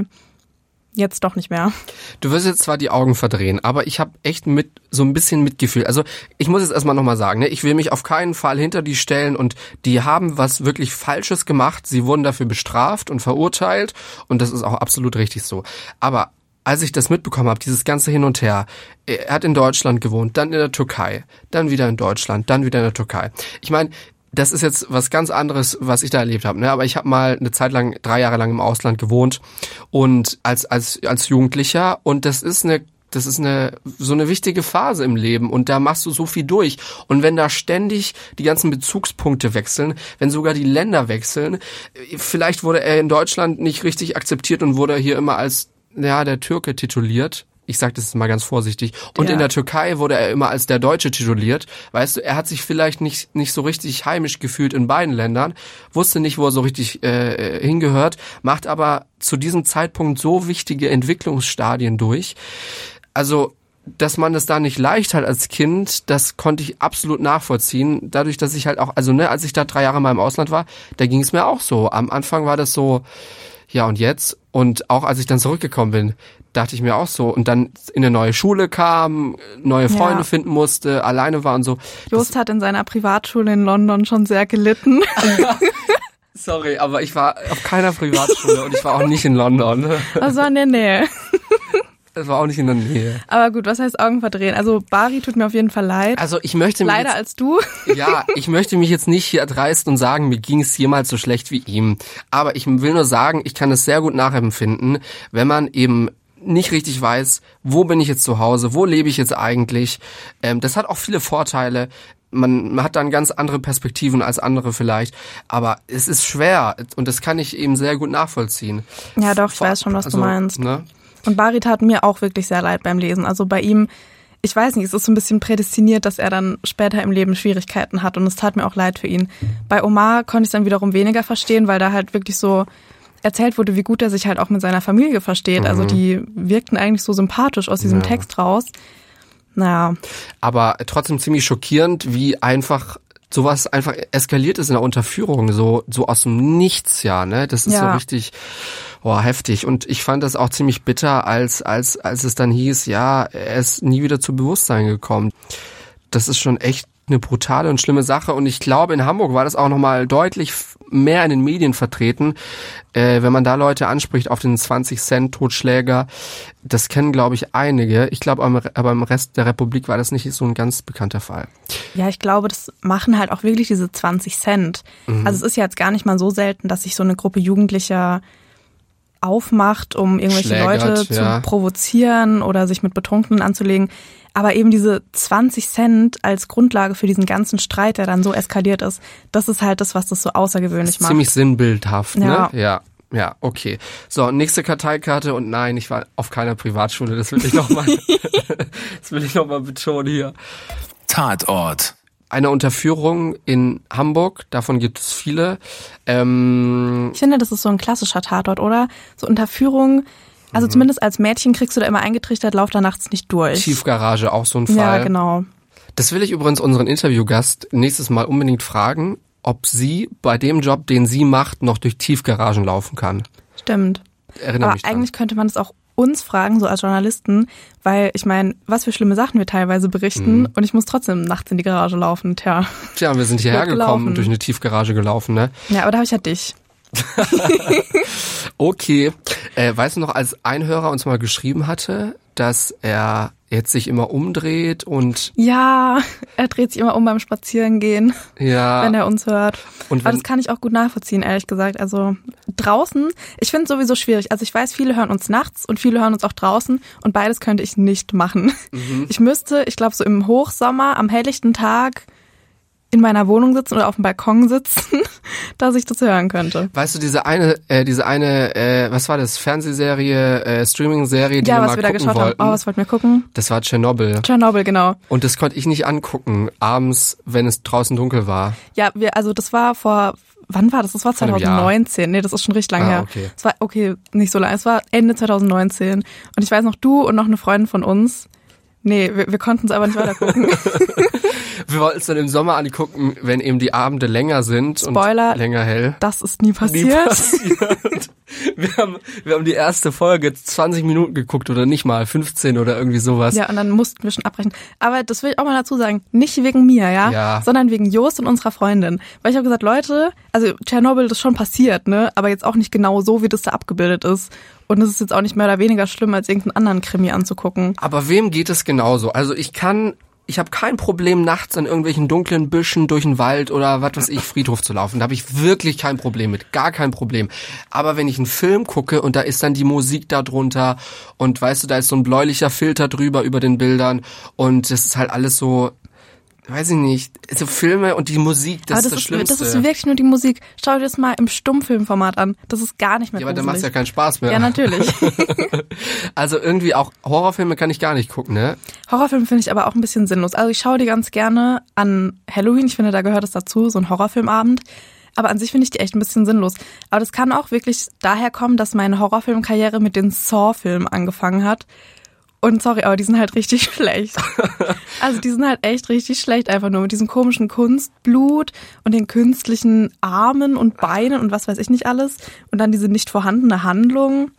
jetzt doch nicht mehr. Du wirst jetzt zwar die Augen verdrehen, aber ich habe echt mit so ein bisschen Mitgefühl. Also ich muss jetzt erstmal nochmal sagen, ne, ich will mich auf keinen Fall hinter die stellen und die haben was wirklich Falsches gemacht. Sie wurden dafür bestraft und verurteilt und das ist auch absolut richtig so. Aber als ich das mitbekommen habe, dieses ganze Hin und Her, er hat in Deutschland gewohnt, dann in der Türkei, dann wieder in Deutschland, dann wieder in der Türkei. Ich meine, das ist jetzt was ganz anderes, was ich da erlebt habe, ne? Aber ich habe mal eine Zeit lang, drei Jahre lang im Ausland gewohnt und als als als Jugendlicher und das ist eine das ist eine so eine wichtige Phase im Leben und da machst du so viel durch und wenn da ständig die ganzen Bezugspunkte wechseln, wenn sogar die Länder wechseln, vielleicht wurde er in Deutschland nicht richtig akzeptiert und wurde hier immer als ja der Türke tituliert. Ich sage das jetzt mal ganz vorsichtig. Und ja. in der Türkei wurde er immer als der Deutsche tituliert. Weißt du, er hat sich vielleicht nicht nicht so richtig heimisch gefühlt in beiden Ländern, wusste nicht, wo er so richtig äh, hingehört, macht aber zu diesem Zeitpunkt so wichtige Entwicklungsstadien durch. Also, dass man es da nicht leicht hat als Kind, das konnte ich absolut nachvollziehen. Dadurch, dass ich halt auch, also ne, als ich da drei Jahre mal im Ausland war, da ging es mir auch so. Am Anfang war das so, ja und jetzt? Und auch als ich dann zurückgekommen bin, dachte ich mir auch so. Und dann in eine neue Schule kam, neue Freunde ja. finden musste, alleine war und so. Jost das hat in seiner Privatschule in London schon sehr gelitten. Sorry, aber ich war auf keiner Privatschule und ich war auch nicht in London. Das war in der Nähe. Das war auch nicht in der Nähe. Aber gut, was heißt Augen verdrehen? Also Bari tut mir auf jeden Fall leid. Also ich möchte mir Leider jetzt, als du. Ja, ich möchte mich jetzt nicht hier erdreisten und sagen, mir ging es jemals so schlecht wie ihm. Aber ich will nur sagen, ich kann es sehr gut nachempfinden, wenn man eben nicht richtig weiß, wo bin ich jetzt zu Hause, wo lebe ich jetzt eigentlich. Ähm, das hat auch viele Vorteile. Man, man hat dann ganz andere Perspektiven als andere vielleicht. Aber es ist schwer und das kann ich eben sehr gut nachvollziehen. Ja doch, ich weiß schon, was also, du meinst. Ne? Und Bari tat mir auch wirklich sehr leid beim Lesen. Also bei ihm, ich weiß nicht, es ist so ein bisschen prädestiniert, dass er dann später im Leben Schwierigkeiten hat und es tat mir auch leid für ihn. Bei Omar konnte ich es dann wiederum weniger verstehen, weil da halt wirklich so erzählt wurde, wie gut er sich halt auch mit seiner Familie versteht. Mhm. Also die wirkten eigentlich so sympathisch aus diesem ja. Text raus. Naja. Aber trotzdem ziemlich schockierend, wie einfach sowas einfach eskaliert ist in der Unterführung, so so aus dem Nichts, ja, ne? Das ist ja. so richtig oh, heftig. Und ich fand das auch ziemlich bitter, als als als es dann hieß, ja, er ist nie wieder zu Bewusstsein gekommen. Das ist schon echt eine brutale und schlimme Sache. Und ich glaube, in Hamburg war das auch nochmal deutlich mehr in den Medien vertreten. Äh, wenn man da Leute anspricht auf den zwanzig Cent Totschläger, das kennen, glaube ich, einige. Ich glaube, aber im Rest der Republik war das nicht so ein ganz bekannter Fall. Ja, ich glaube, das machen halt auch wirklich diese zwanzig Cent. Mhm. Also es ist ja jetzt gar nicht mal so selten, dass sich so eine Gruppe Jugendlicher aufmacht, um irgendwelche Schlägert, Leute zu ja. provozieren oder sich mit Betrunkenen anzulegen. Aber eben diese zwanzig Cent als Grundlage für diesen ganzen Streit, der dann so eskaliert ist, das ist halt das, was das so außergewöhnlich das ist macht. Ziemlich sinnbildhaft, ja. ne? Ja. Ja, okay. So, nächste Karteikarte und nein, ich war auf keiner Privatschule, das will ich nochmal, das will ich noch mal betonen hier. Tatort. Eine Unterführung in Hamburg, davon gibt es viele. Ähm, ich finde, das ist so ein klassischer Tatort, oder? So Unterführung, also mhm. zumindest als Mädchen kriegst du da immer eingetrichtert, lauf da nachts nicht durch. Tiefgarage, auch so ein Fall. Ja, genau. Das will ich übrigens unseren Interviewgast nächstes Mal unbedingt fragen, ob sie bei dem Job, den sie macht, noch durch Tiefgaragen laufen kann. Stimmt. Erinnere Aber mich dran. eigentlich könnte man das auch uns fragen, so als Journalisten, weil ich meine, was für schlimme Sachen wir teilweise berichten mhm. und ich muss trotzdem nachts in die Garage laufen, tja. Tja, wir sind hierher gekommen und durch eine Tiefgarage gelaufen, ne? Ja, aber da habe ich ja dich. Okay. Äh, weißt du noch, als ein Hörer uns mal geschrieben hatte, dass er jetzt sich immer umdreht und... Ja, er dreht sich immer um beim Spazierengehen, ja. wenn er uns hört. Und wenn, aber das kann ich auch gut nachvollziehen, ehrlich gesagt. Also draußen, ich finde es sowieso schwierig. Also ich weiß, viele hören uns nachts und viele hören uns auch draußen und beides könnte ich nicht machen. Mhm. Ich müsste, ich glaube so im Hochsommer, am helllichten Tag in meiner Wohnung sitzen oder auf dem Balkon sitzen, dass ich das hören könnte. Weißt du, diese eine, äh, diese eine, äh, was war das, Fernsehserie, äh, Streaming-Serie, die ja, wir was mal wir da gucken geschaut wollten? haben. Oh, was wollten wir gucken? Das war Tschernobyl. Tschernobyl, genau. Und das konnte ich nicht angucken, abends, wenn es draußen dunkel war. Ja, wir, also das war vor, wann war das? Das war zwanzig neunzehn. Nee, das ist schon richtig lange ah, her. Okay. Es war, okay, nicht so lange. Es war Ende zwanzig neunzehn. Und ich weiß noch, du und noch eine Freundin von uns, nee, wir, wir konnten es aber nicht weiter gucken. Wir wollten es dann im Sommer angucken, wenn eben die Abende länger sind Spoiler, und länger hell. Das ist nie passiert. Nie passiert. Wir haben, wir haben die erste Folge zwanzig Minuten geguckt oder nicht mal, fünfzehn oder irgendwie sowas. Ja, und dann mussten wir schon abbrechen. Aber das will ich auch mal dazu sagen, nicht wegen mir, ja, ja. sondern wegen Jost und unserer Freundin. Weil ich habe gesagt, Leute, also Tschernobyl ist schon passiert, ne, aber jetzt auch nicht genau so, wie das da abgebildet ist. Und es ist jetzt auch nicht mehr oder weniger schlimm, als irgendeinen anderen Krimi anzugucken. Aber wem geht es genauso? Also ich kann... Ich habe kein Problem, nachts an irgendwelchen dunklen Büschen durch den Wald oder was weiß ich, Friedhof zu laufen. Da habe ich wirklich kein Problem mit, gar kein Problem. Aber wenn ich einen Film gucke und da ist dann die Musik da drunter und weißt du, da ist so ein bläulicher Filter drüber über den Bildern und das ist halt alles so... Weiß ich nicht, so Filme und die Musik, das, aber das ist das ist, Schlimmste. Das ist wirklich nur die Musik. Schau dir das mal im Stummfilmformat an. Das ist gar nicht mehr Ja, aber gruselig. dann macht's ja keinen Spaß mehr. Ja, natürlich. Also irgendwie auch Horrorfilme kann ich gar nicht gucken, ne? Horrorfilme finde ich aber auch ein bisschen sinnlos. Also ich schaue die ganz gerne an Halloween. Ich finde, da gehört es dazu, so ein Horrorfilmabend. Aber an sich finde ich die echt ein bisschen sinnlos. Aber das kann auch wirklich daher kommen, dass meine Horrorfilmkarriere mit den Saw-Filmen angefangen hat. Und sorry, aber die sind halt richtig schlecht. Also die sind halt echt richtig schlecht, einfach nur mit diesem komischen Kunstblut und den künstlichen Armen und Beinen und was weiß ich nicht alles. Und dann diese nicht vorhandene Handlung.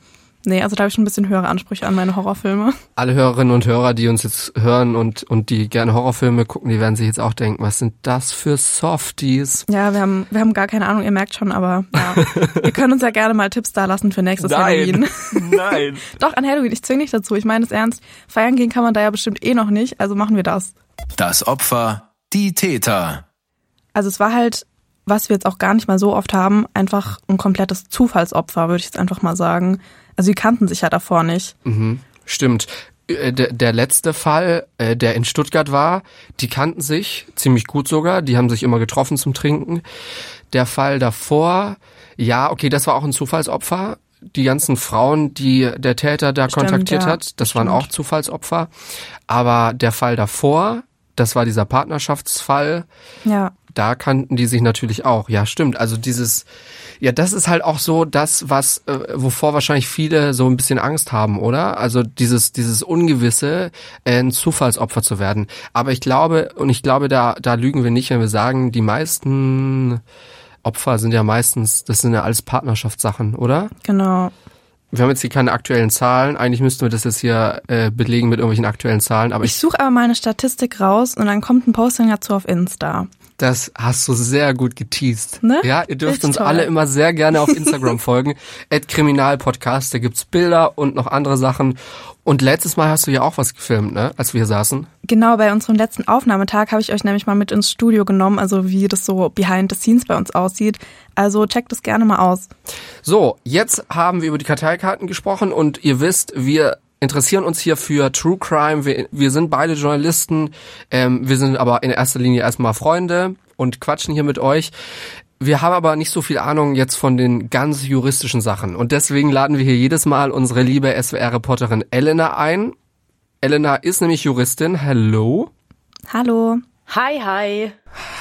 Nee, also da habe ich schon ein bisschen höhere Ansprüche an meine Horrorfilme. Alle Hörerinnen und Hörer, die uns jetzt hören und, und die gerne Horrorfilme gucken, die werden sich jetzt auch denken, was sind das für Softies? Ja, wir haben, wir haben gar keine Ahnung, ihr merkt schon, aber ja. Wir können uns ja gerne mal Tipps da lassen für nächstes Nein. Halloween. Nein. Doch, an Halloween, ich zwinge dich dazu. Ich meine es ernst. Feiern gehen kann man da ja bestimmt eh noch nicht, also machen wir das. Das Opfer, die Täter. Also es war halt, was wir jetzt auch gar nicht mal so oft haben, einfach ein komplettes Zufallsopfer, würde ich jetzt einfach mal sagen. Also die kannten sich ja davor nicht. Mhm, stimmt. Der, der letzte Fall, der in Stuttgart war, die kannten sich ziemlich gut sogar. Die haben sich immer getroffen zum Trinken. Der Fall davor, ja, okay, das war auch ein Zufallsopfer. Die ganzen Frauen, die der Täter da Stimmt, kontaktiert ja, hat, das waren auch Zufallsopfer. Aber der Fall davor, das war dieser Partnerschaftsfall. Ja. Da kannten die sich natürlich auch. Ja, stimmt. Also dieses, ja, das ist halt auch so das, was, äh, wovor wahrscheinlich viele so ein bisschen Angst haben, oder? Also dieses, dieses Ungewisse, äh, ein Zufallsopfer zu werden. Aber ich glaube, und ich glaube, da, da lügen wir nicht, wenn wir sagen, die meisten Opfer sind ja meistens, das sind ja alles Partnerschaftssachen, oder? Genau. Wir haben jetzt hier keine aktuellen Zahlen. Eigentlich müssten wir das jetzt hier äh, belegen mit irgendwelchen aktuellen Zahlen. Aber ich, ich suche aber mal eine Statistik raus und dann kommt ein Posting dazu auf Insta. Das hast du sehr gut geteased. Ne? Ja, ihr dürft Ist uns toll. alle immer sehr gerne auf Instagram folgen. at Kriminalpodcast, da gibt's Bilder und noch andere Sachen. Und letztes Mal hast du ja auch was gefilmt, ne, als wir hier saßen. Genau, bei unserem letzten Aufnahmetag habe ich euch nämlich mal mit ins Studio genommen, also wie das so behind the scenes bei uns aussieht. Also checkt das gerne mal aus. So, jetzt haben wir über die Karteikarten gesprochen und ihr wisst, wir interessieren uns hier für True Crime. Wir, wir sind beide Journalisten. Ähm, wir sind aber in erster Linie erstmal Freunde und quatschen hier mit euch. Wir haben aber nicht so viel Ahnung jetzt von den ganz juristischen Sachen. Und deswegen laden wir hier jedes Mal unsere liebe S W R-Reporterin Elena ein. Elena ist nämlich Juristin. Hallo. Hallo. Hi, hi.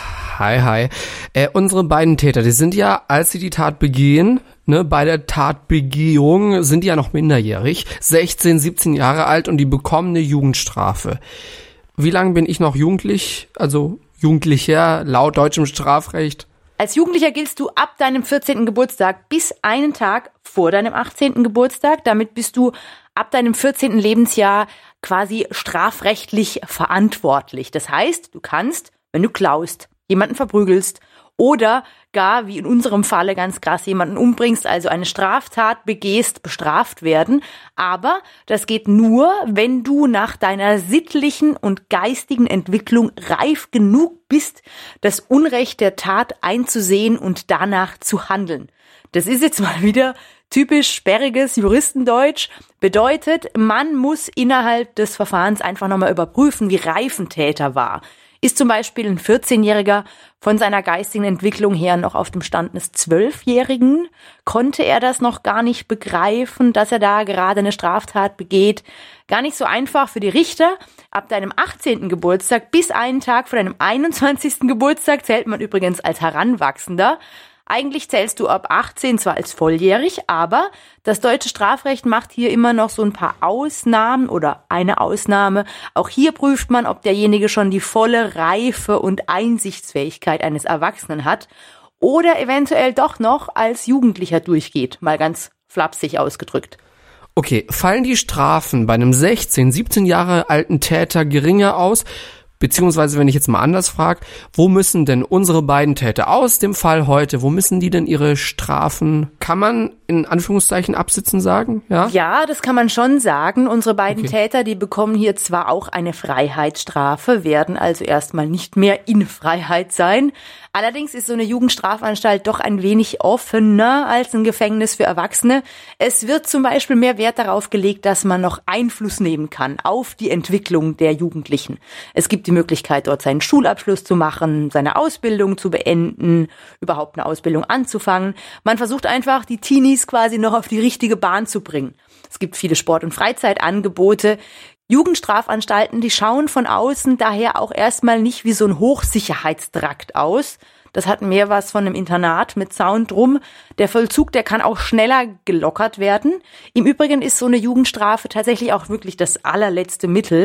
Hi, hi. Äh, unsere beiden Täter, die sind ja, als sie die Tat begehen, ne, bei der Tatbegehung sind die ja noch minderjährig, sechzehn, siebzehn Jahre alt und die bekommen eine Jugendstrafe. Wie lange bin ich noch jugendlich, also Jugendlicher laut deutschem Strafrecht? Als Jugendlicher giltst du ab deinem vierzehnten Geburtstag bis einen Tag vor deinem achtzehnten Geburtstag. Damit bist du ab deinem vierzehnten Lebensjahr quasi strafrechtlich verantwortlich. Das heißt, du kannst, wenn du klaust, jemanden verprügelst oder gar, wie in unserem Falle ganz krass, jemanden umbringst, also eine Straftat begehst, bestraft werden. Aber das geht nur, wenn du nach deiner sittlichen und geistigen Entwicklung reif genug bist, das Unrecht der Tat einzusehen und danach zu handeln. Das ist jetzt mal wieder typisch sperriges Juristendeutsch. Bedeutet, man muss innerhalb des Verfahrens einfach nochmal überprüfen, wie reif ein Täter war. Ist zum Beispiel ein vierzehnjähriger von seiner geistigen Entwicklung her noch auf dem Stand eines zwölfjährigen? Konnte er das noch gar nicht begreifen, dass er da gerade eine Straftat begeht? Gar nicht so einfach für die Richter. Ab deinem achtzehnten Geburtstag bis einen Tag vor deinem einundzwanzigsten Geburtstag zählt man übrigens als Heranwachsender. Eigentlich zählst du ab achtzehn zwar als volljährig, aber das deutsche Strafrecht macht hier immer noch so ein paar Ausnahmen oder eine Ausnahme. Auch hier prüft man, ob derjenige schon die volle Reife und Einsichtsfähigkeit eines Erwachsenen hat oder eventuell doch noch als Jugendlicher durchgeht, mal ganz flapsig ausgedrückt. Okay, fallen die Strafen bei einem sechzehn, siebzehn Jahre alten Täter geringer aus? Beziehungsweise, wenn ich jetzt mal anders frage, wo müssen denn unsere beiden Täter aus dem Fall heute, wo müssen die denn ihre Strafen, kann man in Anführungszeichen absitzen sagen? Ja, ja, das kann man schon sagen. Unsere beiden Okay. Täter, die bekommen hier zwar auch eine Freiheitsstrafe, werden also erstmal nicht mehr in Freiheit sein. Allerdings ist so eine Jugendstrafanstalt doch ein wenig offener als ein Gefängnis für Erwachsene. Es wird zum Beispiel mehr Wert darauf gelegt, dass man noch Einfluss nehmen kann auf die Entwicklung der Jugendlichen. Es gibt die Möglichkeit, dort seinen Schulabschluss zu machen, seine Ausbildung zu beenden, überhaupt eine Ausbildung anzufangen. Man versucht einfach, die Teenies quasi noch auf die richtige Bahn zu bringen. Es gibt viele Sport- und Freizeitangebote. Jugendstrafanstalten, die schauen von außen daher auch erstmal nicht wie so ein Hochsicherheitstrakt aus. Das hat mehr was von einem Internat mit Zaun drum. Der Vollzug, der kann auch schneller gelockert werden. Im Übrigen ist so eine Jugendstrafe tatsächlich auch wirklich das allerletzte Mittel.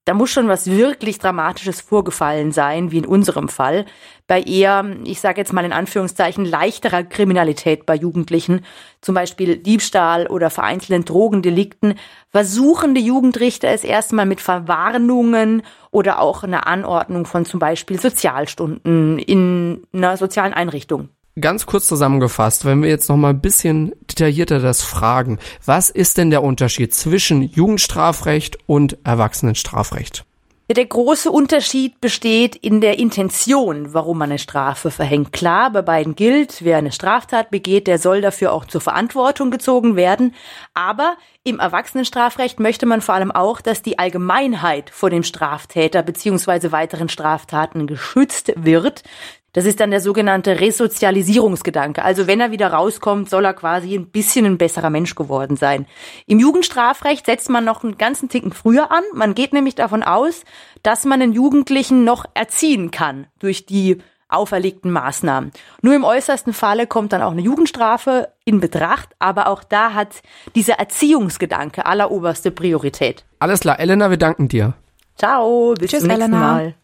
Da muss schon was wirklich Dramatisches vorgefallen sein, wie in unserem Fall. Bei eher, ich sage jetzt mal in Anführungszeichen, leichterer Kriminalität bei Jugendlichen, zum Beispiel Diebstahl oder vereinzelten Drogendelikten, versuchen die Jugendrichter es erstmal mit Verwarnungen oder auch einer Anordnung von zum Beispiel Sozialstunden in einer sozialen Einrichtung. Ganz kurz zusammengefasst, wenn wir jetzt noch mal ein bisschen detaillierter das fragen, was ist denn der Unterschied zwischen Jugendstrafrecht und Erwachsenenstrafrecht? Der große Unterschied besteht in der Intention, warum man eine Strafe verhängt. Klar, bei beiden gilt, wer eine Straftat begeht, der soll dafür auch zur Verantwortung gezogen werden. Aber im Erwachsenenstrafrecht möchte man vor allem auch, dass die Allgemeinheit vor dem Straftäter bzw. weiteren Straftaten geschützt wird. Das ist dann der sogenannte Resozialisierungsgedanke. Also wenn er wieder rauskommt, soll er quasi ein bisschen ein besserer Mensch geworden sein. Im Jugendstrafrecht setzt man noch einen ganzen Ticken früher an. Man geht nämlich davon aus, dass man den Jugendlichen noch erziehen kann durch die auferlegten Maßnahmen. Nur im äußersten Falle kommt dann auch eine Jugendstrafe in Betracht, aber auch da hat dieser Erziehungsgedanke alleroberste Priorität. Alles klar, Elena, wir danken dir. Ciao, bis Tschüss, zum nächsten Elena. Mal.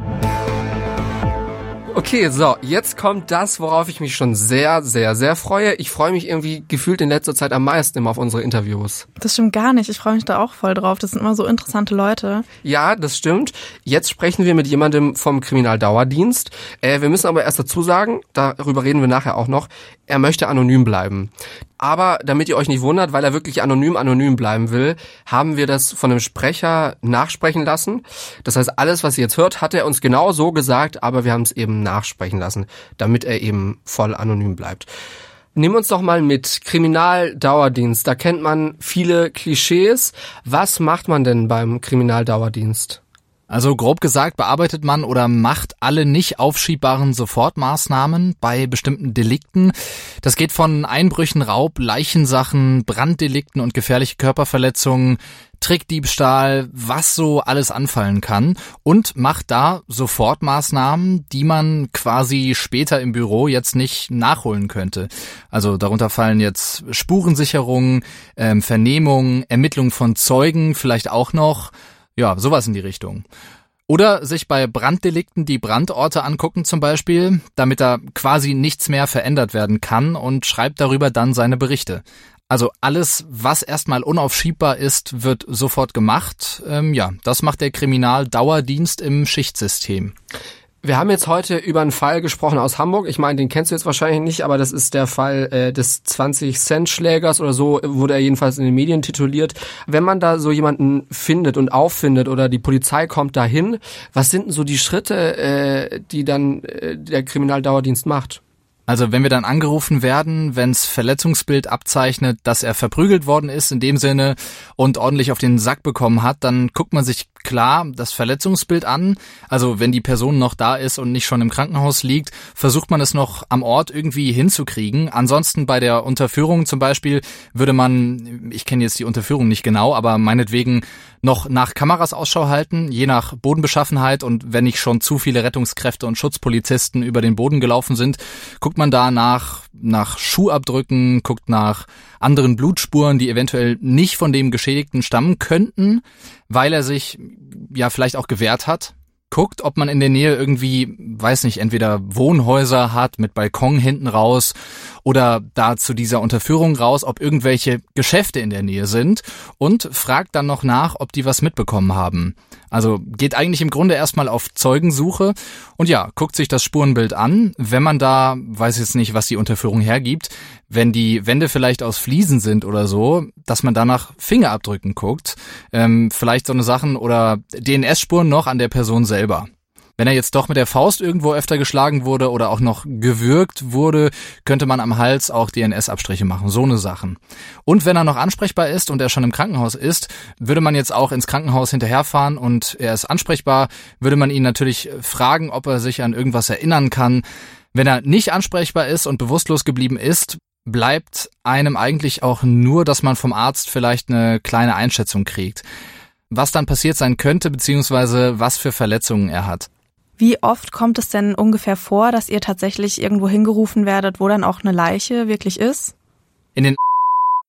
Okay, so, jetzt kommt das, worauf ich mich schon sehr, sehr, sehr freue. Ich freue mich irgendwie gefühlt in letzter Zeit am meisten immer auf unsere Interviews. Das stimmt gar nicht. Ich freue mich da auch voll drauf. Das sind immer so interessante Leute. Ja, das stimmt. Jetzt sprechen wir mit jemandem vom Kriminaldauerdienst. Äh, wir müssen aber erst dazu sagen, darüber reden wir nachher auch noch, er möchte anonym bleiben. Aber damit ihr euch nicht wundert, weil er wirklich anonym anonym bleiben will, haben wir das von einem Sprecher nachsprechen lassen. Das heißt, alles, was ihr jetzt hört, hat er uns genau so gesagt, aber wir haben es eben nachsprechen lassen, damit er eben voll anonym bleibt. Nehmen wir uns doch mal mit Kriminaldauerdienst. Da kennt man viele Klischees. Was macht man denn beim Kriminaldauerdienst? Also grob gesagt bearbeitet man oder macht alle nicht aufschiebbaren Sofortmaßnahmen bei bestimmten Delikten. Das geht von Einbrüchen, Raub, Leichensachen, Branddelikten und gefährliche Körperverletzungen, Trickdiebstahl, was so alles anfallen kann, und macht da Sofortmaßnahmen, die man quasi später im Büro jetzt nicht nachholen könnte. Also darunter fallen jetzt Spurensicherung, ähm, Vernehmung, Ermittlung von Zeugen, vielleicht auch noch. Ja, sowas in die Richtung. Oder sich bei Branddelikten die Brandorte angucken zum Beispiel, damit da quasi nichts mehr verändert werden kann, und schreibt darüber dann seine Berichte. Also alles, was erstmal unaufschiebbar ist, wird sofort gemacht. Ähm, ja, das macht der Kriminaldauerdienst im Schichtsystem. Wir haben jetzt heute über einen Fall gesprochen aus Hamburg. Ich meine, den kennst du jetzt wahrscheinlich nicht, aber das ist der Fall äh, des zwanzig-Cent-Schlägers oder so, wurde er jedenfalls in den Medien tituliert. Wenn man da so jemanden findet und auffindet oder die Polizei kommt dahin, was sind denn so die Schritte, äh, die dann äh, der Kriminaldauerdienst macht? Also wenn wir dann angerufen werden, wenns Verletzungsbild abzeichnet, dass er verprügelt worden ist in dem Sinne und ordentlich auf den Sack bekommen hat, dann guckt man sich klar das Verletzungsbild an. Also wenn die Person noch da ist und nicht schon im Krankenhaus liegt, versucht man es noch am Ort irgendwie hinzukriegen. Ansonsten bei der Unterführung zum Beispiel würde man, ich kenne jetzt die Unterführung nicht genau, aber meinetwegen noch nach Kameras Ausschau halten, je nach Bodenbeschaffenheit, und wenn nicht schon zu viele Rettungskräfte und Schutzpolizisten über den Boden gelaufen sind, guckt man da nach, nach Schuhabdrücken, guckt nach anderen Blutspuren, die eventuell nicht von dem Geschädigten stammen könnten, weil er sich ja vielleicht auch gewehrt hat. Guckt, ob man in der Nähe irgendwie, weiß nicht, entweder Wohnhäuser hat mit Balkon hinten raus oder da zu dieser Unterführung raus, ob irgendwelche Geschäfte in der Nähe sind, und fragt dann noch nach, ob die was mitbekommen haben. Also geht eigentlich im Grunde erstmal auf Zeugensuche und ja, guckt sich das Spurenbild an. Wenn man da, weiß jetzt nicht, was die Unterführung hergibt, wenn die Wände vielleicht aus Fliesen sind oder so, dass man danach Fingerabdrücken guckt, ähm, vielleicht so eine Sachen oder D N S-Spuren noch an der Person selber. Wenn er jetzt doch mit der Faust irgendwo öfter geschlagen wurde oder auch noch gewürgt wurde, könnte man am Hals auch D N S-Abstriche machen, so eine Sachen. Und wenn er noch ansprechbar ist und er schon im Krankenhaus ist, würde man jetzt auch ins Krankenhaus hinterherfahren und er ist ansprechbar, würde man ihn natürlich fragen, ob er sich an irgendwas erinnern kann. Wenn er nicht ansprechbar ist und bewusstlos geblieben ist, bleibt einem eigentlich auch nur, dass man vom Arzt vielleicht eine kleine Einschätzung kriegt, was dann passiert sein könnte, beziehungsweise was für Verletzungen er hat. Wie oft kommt es denn ungefähr vor, dass ihr tatsächlich irgendwo hingerufen werdet, wo dann auch eine Leiche wirklich ist? In den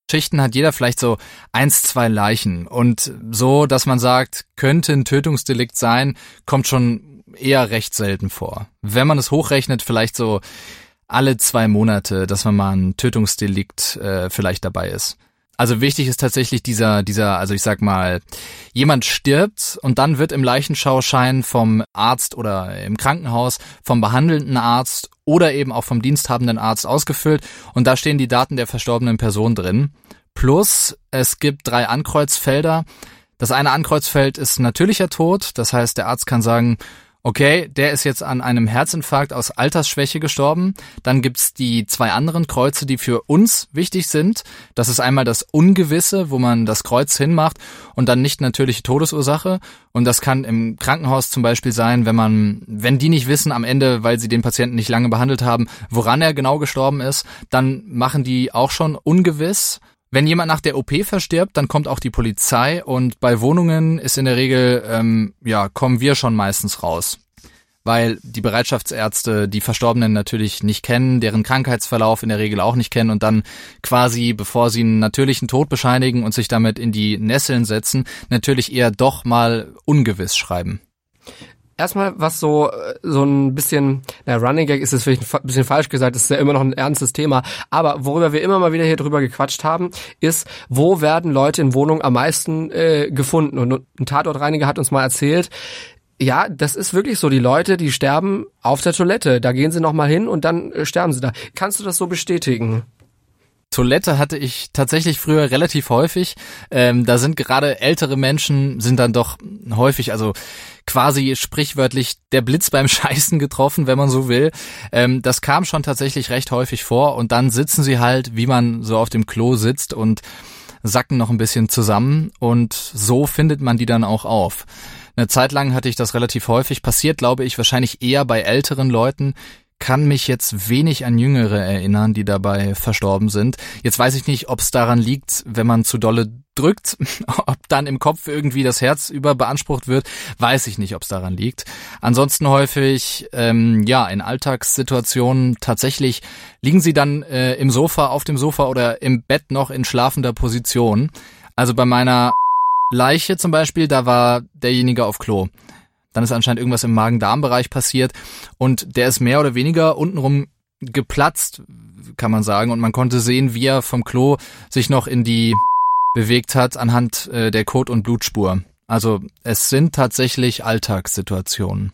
Schichten hat jeder vielleicht so eins, zwei Leichen. Und so, dass man sagt, könnte ein Tötungsdelikt sein, kommt schon eher recht selten vor. Wenn man es hochrechnet, vielleicht so alle zwei Monate, dass man mal ein Tötungsdelikt äh, vielleicht dabei ist. Also wichtig ist tatsächlich dieser, dieser, also ich sag mal, jemand stirbt und dann wird im Leichenschauschein vom Arzt oder im Krankenhaus vom behandelnden Arzt oder eben auch vom diensthabenden Arzt ausgefüllt und da stehen die Daten der verstorbenen Person drin. Plus es gibt drei Ankreuzfelder. Das eine Ankreuzfeld ist natürlicher Tod, das heißt, der Arzt kann sagen, okay, der ist jetzt an einem Herzinfarkt aus Altersschwäche gestorben. Dann gibt's die zwei anderen Kreuze, die für uns wichtig sind. Das ist einmal das Ungewisse, wo man das Kreuz hinmacht und dann nicht natürliche Todesursache. Und das kann im Krankenhaus zum Beispiel sein, wenn man, wenn die nicht wissen am Ende, weil sie den Patienten nicht lange behandelt haben, woran er genau gestorben ist, dann machen die auch schon ungewiss. Wenn jemand nach der O P verstirbt, dann kommt auch die Polizei und bei Wohnungen ist in der Regel, ähm, ja, kommen wir schon meistens raus. Weil die Bereitschaftsärzte die Verstorbenen natürlich nicht kennen, deren Krankheitsverlauf in der Regel auch nicht kennen und dann quasi, bevor sie einen natürlichen Tod bescheinigen und sich damit in die Nesseln setzen, natürlich eher doch mal ungewiss schreiben. Erstmal, was so so ein bisschen, na, Running Gag ist es vielleicht ein bisschen falsch gesagt, das ist ja immer noch ein ernstes Thema, aber worüber wir immer mal wieder hier drüber gequatscht haben, ist, wo werden Leute in Wohnungen am meisten äh, gefunden? Und ein Tatortreiniger hat uns mal erzählt, ja, das ist wirklich so, die Leute, die sterben auf der Toilette, da gehen sie nochmal hin und dann äh, sterben sie da. Kannst du das so bestätigen? Toilette hatte ich tatsächlich früher relativ häufig. Ähm, da sind gerade ältere Menschen, sind dann doch häufig, also quasi sprichwörtlich der Blitz beim Scheißen getroffen, wenn man so will. Ähm, das kam schon tatsächlich recht häufig vor und dann sitzen sie halt, wie man so auf dem Klo sitzt und sacken noch ein bisschen zusammen und so findet man die dann auch auf. Eine Zeit lang hatte ich das relativ häufig, passiert glaube ich wahrscheinlich eher bei älteren Leuten, kann mich jetzt wenig an Jüngere erinnern, die dabei verstorben sind. Jetzt weiß ich nicht, ob es daran liegt, wenn man zu dolle drückt, ob dann im Kopf irgendwie das Herz überbeansprucht wird, weiß ich nicht, ob es daran liegt. Ansonsten häufig, ähm, ja, in Alltagssituationen tatsächlich liegen sie dann äh, im Sofa, auf dem Sofa oder im Bett noch in schlafender Position. Also bei meiner Leiche zum Beispiel, da war derjenige auf Klo. Dann ist anscheinend irgendwas im Magen-Darm-Bereich passiert und der ist mehr oder weniger untenrum geplatzt, kann man sagen. Und man konnte sehen, wie er vom Klo sich noch in die bewegt hat anhand äh, der Kot- und Blutspur. Also es sind tatsächlich Alltagssituationen.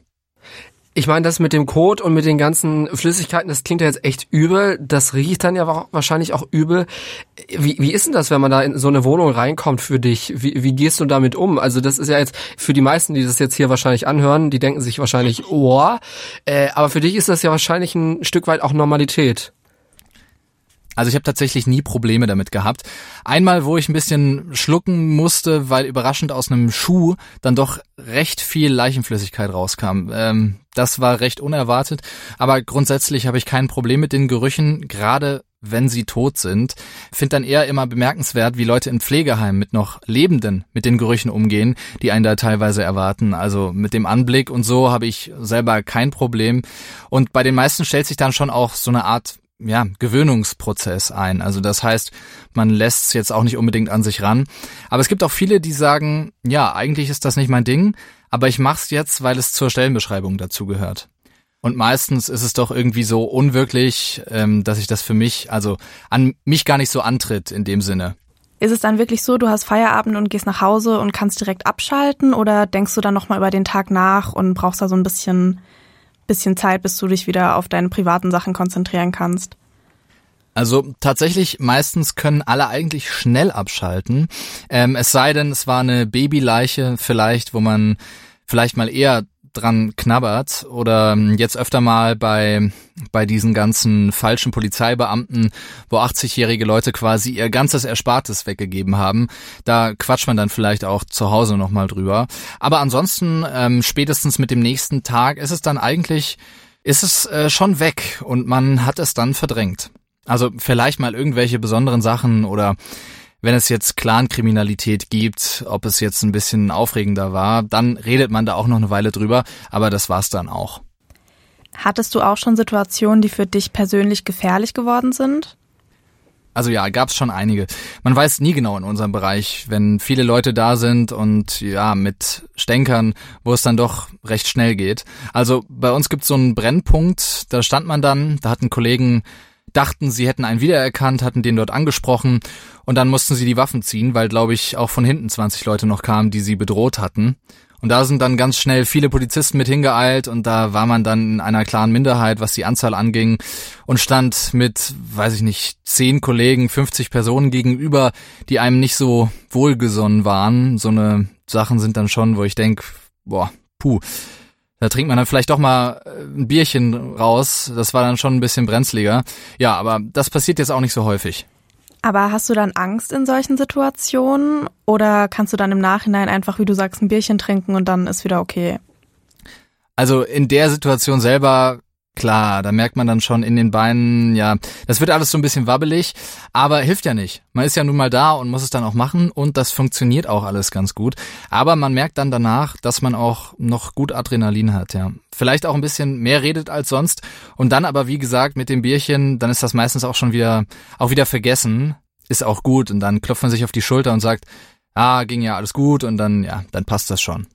Ich meine, das mit dem Kot und mit den ganzen Flüssigkeiten, das klingt ja jetzt echt übel. Das riecht dann ja wahrscheinlich auch übel. Wie, wie ist denn das, wenn man da in so eine Wohnung reinkommt für dich? Wie, wie gehst du damit um? Also das ist ja jetzt für die meisten, die das jetzt hier wahrscheinlich anhören, die denken sich wahrscheinlich, oh, äh, aber für dich ist das ja wahrscheinlich ein Stück weit auch Normalität. Also ich habe tatsächlich nie Probleme damit gehabt. Einmal, wo ich ein bisschen schlucken musste, weil überraschend aus einem Schuh dann doch recht viel Leichenflüssigkeit rauskam. Ähm, das war recht unerwartet, aber grundsätzlich habe ich kein Problem mit den Gerüchen, gerade wenn sie tot sind. Finde dann eher immer bemerkenswert, wie Leute in Pflegeheimen mit noch Lebenden mit den Gerüchen umgehen, die einen da teilweise erwarten. Also mit dem Anblick und so habe ich selber kein Problem. Und bei den meisten stellt sich dann schon auch so eine Art ja, Gewöhnungsprozess ein. Also das heißt, man lässt es jetzt auch nicht unbedingt an sich ran. Aber es gibt auch viele, die sagen, ja, eigentlich ist das nicht mein Ding, aber ich mach's jetzt, weil es zur Stellenbeschreibung dazugehört. Und meistens ist es doch irgendwie so unwirklich, ähm, dass ich das für mich, also an mich gar nicht so antritt in dem Sinne. Ist es dann wirklich so, du hast Feierabend und gehst nach Hause und kannst direkt abschalten oder denkst du dann nochmal über den Tag nach und brauchst da so ein bisschen... bisschen Zeit, bis du dich wieder auf deine privaten Sachen konzentrieren kannst? Also tatsächlich, meistens können alle eigentlich schnell abschalten. Ähm, es sei denn, es war eine Babyleiche vielleicht, wo man vielleicht mal eher dran knabbert oder jetzt öfter mal bei bei diesen ganzen falschen Polizeibeamten, wo achtzigjährige Leute quasi ihr ganzes Erspartes weggegeben haben. Da quatscht man dann vielleicht auch zu Hause nochmal drüber. Aber ansonsten, ähm, spätestens mit dem nächsten Tag ist es dann eigentlich, ist es äh, schon weg und man hat es dann verdrängt. Also vielleicht mal irgendwelche besonderen Sachen oder wenn es jetzt Clankriminalität gibt, ob es jetzt ein bisschen aufregender war, dann redet man da auch noch eine Weile drüber, aber das war's dann auch. Hattest du auch schon Situationen, die für dich persönlich gefährlich geworden sind? Also ja, gab's schon einige. Man weiß nie genau in unserem Bereich, wenn viele Leute da sind und ja, mit Stänkern, wo es dann doch recht schnell geht. Also bei uns gibt's so einen Brennpunkt, da stand man dann, da hatten Kollegen, dachten, sie hätten einen wiedererkannt, hatten den dort angesprochen und dann mussten sie die Waffen ziehen, weil, glaube ich, auch von hinten zwanzig Leute noch kamen, die sie bedroht hatten. Und da sind dann ganz schnell viele Polizisten mit hingeeilt und da war man dann in einer klaren Minderheit, was die Anzahl anging und stand mit, weiß ich nicht, zehn Kollegen, fünfzig Personen gegenüber, die einem nicht so wohlgesonnen waren. So eine Sachen sind dann schon, wo ich denke, boah, puh, da trinkt man dann vielleicht doch mal ein Bierchen raus. Das war dann schon ein bisschen brenzliger. Ja, aber das passiert jetzt auch nicht so häufig. Aber hast du dann Angst in solchen Situationen oder kannst du dann im Nachhinein einfach, wie du sagst, ein Bierchen trinken und dann ist wieder okay? Also in der Situation selber, klar, da merkt man dann schon in den Beinen, ja, das wird alles so ein bisschen wabbelig, aber hilft ja nicht. Man ist ja nun mal da und muss es dann auch machen und das funktioniert auch alles ganz gut. Aber man merkt dann danach, dass man auch noch gut Adrenalin hat, ja. Vielleicht auch ein bisschen mehr redet als sonst und dann aber, wie gesagt, mit dem Bierchen, dann ist das meistens auch schon wieder, auch wieder vergessen, ist auch gut und dann klopft man sich auf die Schulter und sagt, ah, ging ja alles gut und dann, ja, dann passt das schon.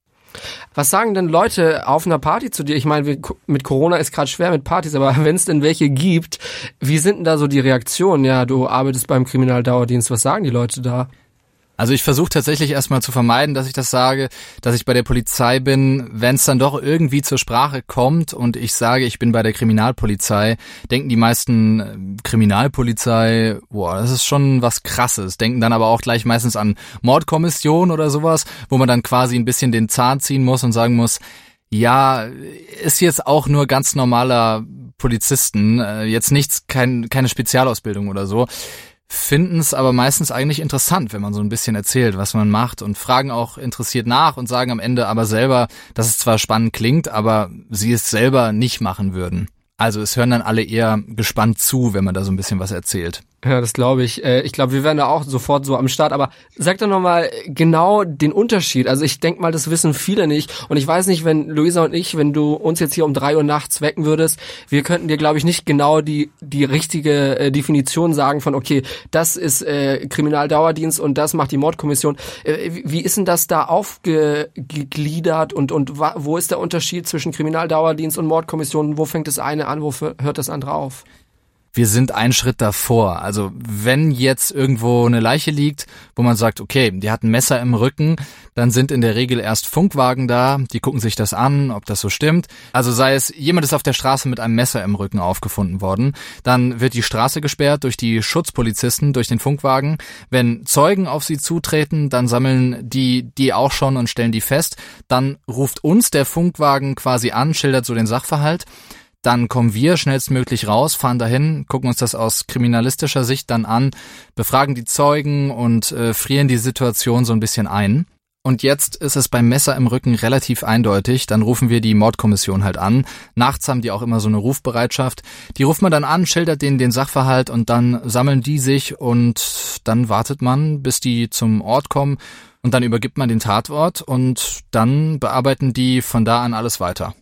Was sagen denn Leute auf einer Party zu dir? Ich meine, mit Corona ist gerade schwer mit Partys, aber wenn es denn welche gibt, wie sind denn da so die Reaktionen? Ja, du arbeitest beim Kriminaldauerdienst, was sagen die Leute da? Also ich versuche tatsächlich erstmal zu vermeiden, dass ich das sage, dass ich bei der Polizei bin. Wenn es dann doch irgendwie zur Sprache kommt und ich sage, ich bin bei der Kriminalpolizei, denken die meisten äh, Kriminalpolizei, boah, das ist schon was Krasses. Denken dann aber auch gleich meistens an Mordkommission oder sowas, wo man dann quasi ein bisschen den Zahn ziehen muss und sagen muss, ja, ist jetzt auch nur ganz normaler Polizisten, äh, jetzt nichts, kein, keine Spezialausbildung oder so. Finden es aber meistens eigentlich interessant, wenn man so ein bisschen erzählt, was man macht und fragen auch interessiert nach und sagen am Ende aber selber, dass es zwar spannend klingt, aber sie es selber nicht machen würden. Also es hören dann alle eher gespannt zu, wenn man da so ein bisschen was erzählt. Ja, das glaube ich. Ich glaube, wir wären da auch sofort so am Start. Aber sag doch nochmal genau den Unterschied. Also ich denke mal, das wissen viele nicht. Und ich weiß nicht, wenn Luisa und ich, wenn du uns jetzt hier um drei Uhr nachts wecken würdest, wir könnten dir, glaube ich, nicht genau die die richtige äh, Definition sagen von, okay, das ist äh, Kriminaldauerdienst und das macht die Mordkommission. Äh, wie ist denn das da aufgegliedert und und wo ist der Unterschied zwischen Kriminaldauerdienst und Mordkommission? Wo fängt das eine an, wo hört das andere auf? Wir sind einen Schritt davor. Also wenn jetzt irgendwo eine Leiche liegt, wo man sagt, okay, die hat ein Messer im Rücken, dann sind in der Regel erst Funkwagen da, die gucken sich das an, ob das so stimmt. Also sei es, jemand ist auf der Straße mit einem Messer im Rücken aufgefunden worden, dann wird die Straße gesperrt durch die Schutzpolizisten, durch den Funkwagen. Wenn Zeugen auf sie zutreten, dann sammeln die die auch schon und stellen die fest. Dann ruft uns der Funkwagen quasi an, schildert so den Sachverhalt. Dann kommen wir schnellstmöglich raus, fahren dahin, gucken uns das aus kriminalistischer Sicht dann an, befragen die Zeugen und äh, frieren die Situation so ein bisschen ein. Und jetzt ist es beim Messer im Rücken relativ eindeutig, dann rufen wir die Mordkommission halt an. Nachts haben die auch immer so eine Rufbereitschaft. Die ruft man dann an, schildert denen den Sachverhalt und dann sammeln die sich und dann wartet man, bis die zum Ort kommen und dann übergibt man den Tatort und dann bearbeiten die von da an alles weiter.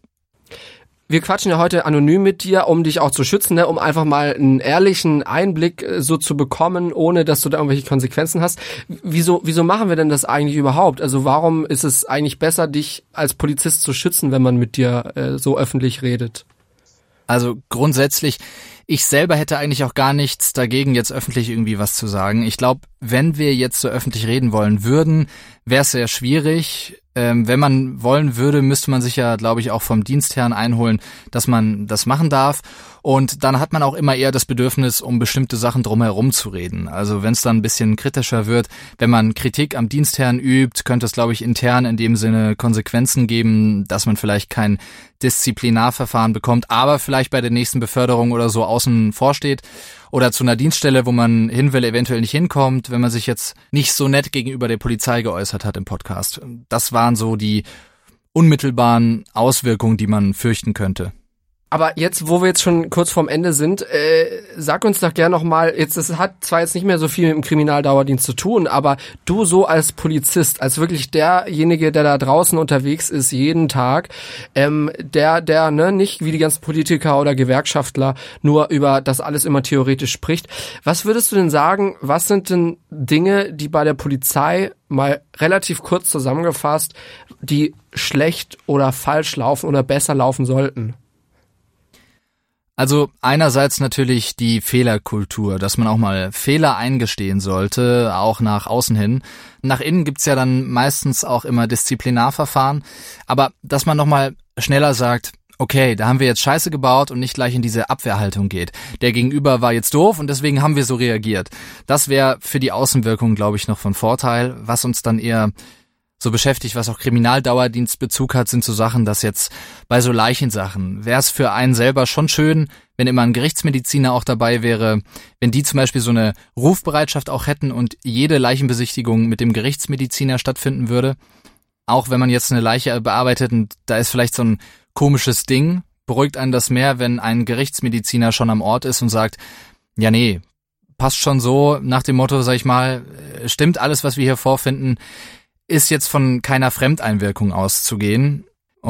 Wir quatschen ja heute anonym mit dir, um dich auch zu schützen, ne? Um einfach mal einen ehrlichen Einblick äh, so zu bekommen, ohne dass du da irgendwelche Konsequenzen hast. Wieso, wieso machen wir denn das eigentlich überhaupt? Also warum ist es eigentlich besser, dich als Polizist zu schützen, wenn man mit dir äh, so öffentlich redet? Also grundsätzlich, ich selber hätte eigentlich auch gar nichts dagegen, jetzt öffentlich irgendwie was zu sagen. Ich glaube, wenn wir jetzt so öffentlich reden wollen würden, wäre es sehr schwierig. Ähm, wenn man wollen würde, müsste man sich ja, glaube ich, auch vom Dienstherrn einholen, dass man das machen darf. Und dann hat man auch immer eher das Bedürfnis, um bestimmte Sachen drumherum zu reden. Also wenn es dann ein bisschen kritischer wird, wenn man Kritik am Dienstherrn übt, könnte es, glaube ich, intern in dem Sinne Konsequenzen geben, dass man vielleicht kein Disziplinarverfahren bekommt, aber vielleicht bei der nächsten Beförderung oder so außen vor steht oder zu einer Dienststelle, wo man hin will, eventuell nicht hinkommt, wenn man sich jetzt nicht so nett gegenüber der Polizei geäußert hat im Podcast. Das waren so die unmittelbaren Auswirkungen, die man fürchten könnte. Aber jetzt, wo wir jetzt schon kurz vorm Ende sind, äh, sag uns doch gerne nochmal, jetzt, das hat zwar jetzt nicht mehr so viel mit dem Kriminaldauerdienst zu tun, aber du so als Polizist, als wirklich derjenige, der da draußen unterwegs ist, jeden Tag, ähm, der, der, ne, nicht wie die ganzen Politiker oder Gewerkschaftler nur über das alles immer theoretisch spricht. Was würdest du denn sagen, was sind denn Dinge, die bei der Polizei mal relativ kurz zusammengefasst, die schlecht oder falsch laufen oder besser laufen sollten? Also einerseits natürlich die Fehlerkultur, dass man auch mal Fehler eingestehen sollte, auch nach außen hin. Nach innen gibt's ja dann meistens auch immer Disziplinarverfahren, aber dass man nochmal schneller sagt, okay, da haben wir jetzt Scheiße gebaut und nicht gleich in diese Abwehrhaltung geht. Der Gegenüber war jetzt doof und deswegen haben wir so reagiert. Das wäre für die Außenwirkung, glaube ich, noch von Vorteil. Was uns dann eher so beschäftigt, was auch Kriminaldauerdienstbezug hat, sind so Sachen, dass jetzt bei so Leichensachen wäre es für einen selber schon schön, wenn immer ein Gerichtsmediziner auch dabei wäre, wenn die zum Beispiel so eine Rufbereitschaft auch hätten und jede Leichenbesichtigung mit dem Gerichtsmediziner stattfinden würde. Auch wenn man jetzt eine Leiche bearbeitet und da ist vielleicht so ein komisches Ding, beruhigt einen das mehr, wenn ein Gerichtsmediziner schon am Ort ist und sagt, ja nee, passt schon so, nach dem Motto, sag ich mal, stimmt alles, was wir hier vorfinden, ist jetzt von keiner Fremdeinwirkung auszugehen.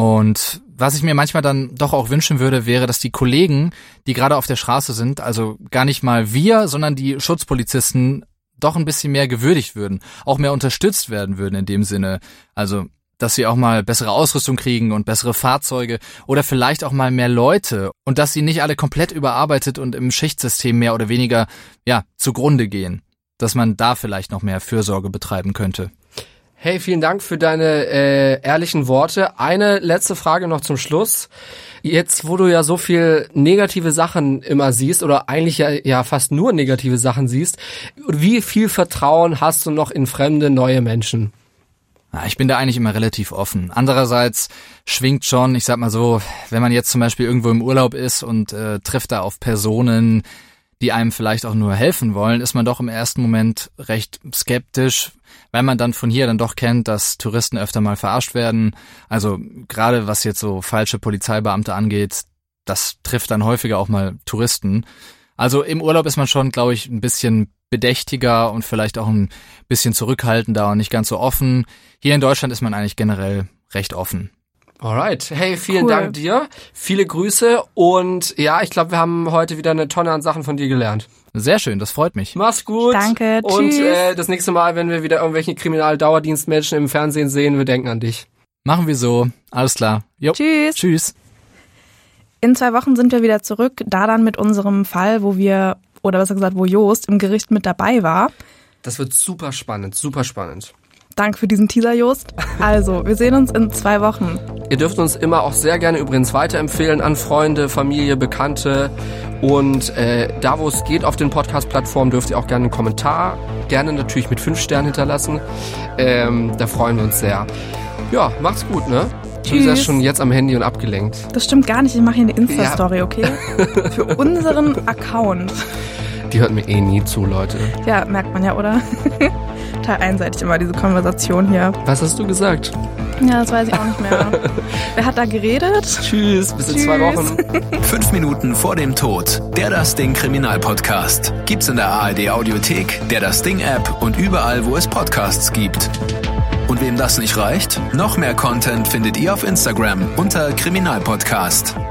Und was ich mir manchmal dann doch auch wünschen würde, wäre, dass die Kollegen, die gerade auf der Straße sind, also gar nicht mal wir, sondern die Schutzpolizisten doch ein bisschen mehr gewürdigt würden, auch mehr unterstützt werden würden in dem Sinne. Also, dass sie auch mal bessere Ausrüstung kriegen und bessere Fahrzeuge oder vielleicht auch mal mehr Leute und dass sie nicht alle komplett überarbeitet und im Schichtsystem mehr oder weniger, ja, zugrunde gehen. Dass man da vielleicht noch mehr Fürsorge betreiben könnte. Hey, vielen Dank für deine äh, ehrlichen Worte. Eine letzte Frage noch zum Schluss. Jetzt, wo du ja so viel negative Sachen immer siehst oder eigentlich ja, ja fast nur negative Sachen siehst, wie viel Vertrauen hast du noch in fremde, neue Menschen? Ich bin da eigentlich immer relativ offen. Andererseits schwingt schon, ich sag mal so, wenn man jetzt zum Beispiel irgendwo im Urlaub ist und äh, trifft da auf Personen, die einem vielleicht auch nur helfen wollen, ist man doch im ersten Moment recht skeptisch, weil man dann von hier dann doch kennt, dass Touristen öfter mal verarscht werden. Also gerade was jetzt so falsche Polizeibeamte angeht, das trifft dann häufiger auch mal Touristen. Also im Urlaub ist man schon, glaube ich, ein bisschen bedächtiger und vielleicht auch ein bisschen zurückhaltender und nicht ganz so offen. Hier in Deutschland ist man eigentlich generell recht offen. Alright, hey, vielen Cool. Dank dir, viele Grüße und ja, ich glaube, wir haben heute wieder eine Tonne an Sachen von dir gelernt. Sehr schön, das freut mich. Mach's gut. Danke, und tschüss. äh, das nächste Mal, wenn wir wieder irgendwelche Kriminaldauerdienstmenschen im Fernsehen sehen, wir denken an dich. Machen wir so, alles klar. Jo. Tschüss. Tschüss. In zwei Wochen sind wir wieder zurück, da dann mit unserem Fall, wo wir, oder besser gesagt, wo Joost im Gericht mit dabei war. Das wird super spannend, super spannend. Danke für diesen Teaser, Joost. Also, wir sehen uns in zwei Wochen. Ihr dürft uns immer auch sehr gerne übrigens weiterempfehlen an Freunde, Familie, Bekannte und äh, da, wo es geht auf den Podcast-Plattformen, dürft ihr auch gerne einen Kommentar, gerne natürlich mit fünf Sternen hinterlassen. Ähm, da freuen wir uns sehr. Ja, macht's gut, ne? Du bist ja schon jetzt am Handy und abgelenkt. Das stimmt gar nicht, ich mache hier eine Insta-Story, ja. Okay? Für unseren Account. Die hört mir eh nie zu, Leute. Ja, merkt man ja, oder? Total einseitig immer, diese Konversation hier. Was hast du gesagt? Ja, das weiß ich auch nicht mehr. Wer hat da geredet? Tschüss, bis in Tschüss. zwei Wochen. Fünf Minuten vor dem Tod. Der Das Ding Kriminalpodcast. Gibt's in der A R D Audiothek, der Das Ding App und überall, wo es Podcasts gibt. Und wem das nicht reicht? Noch mehr Content findet ihr auf Instagram unter Kriminalpodcast.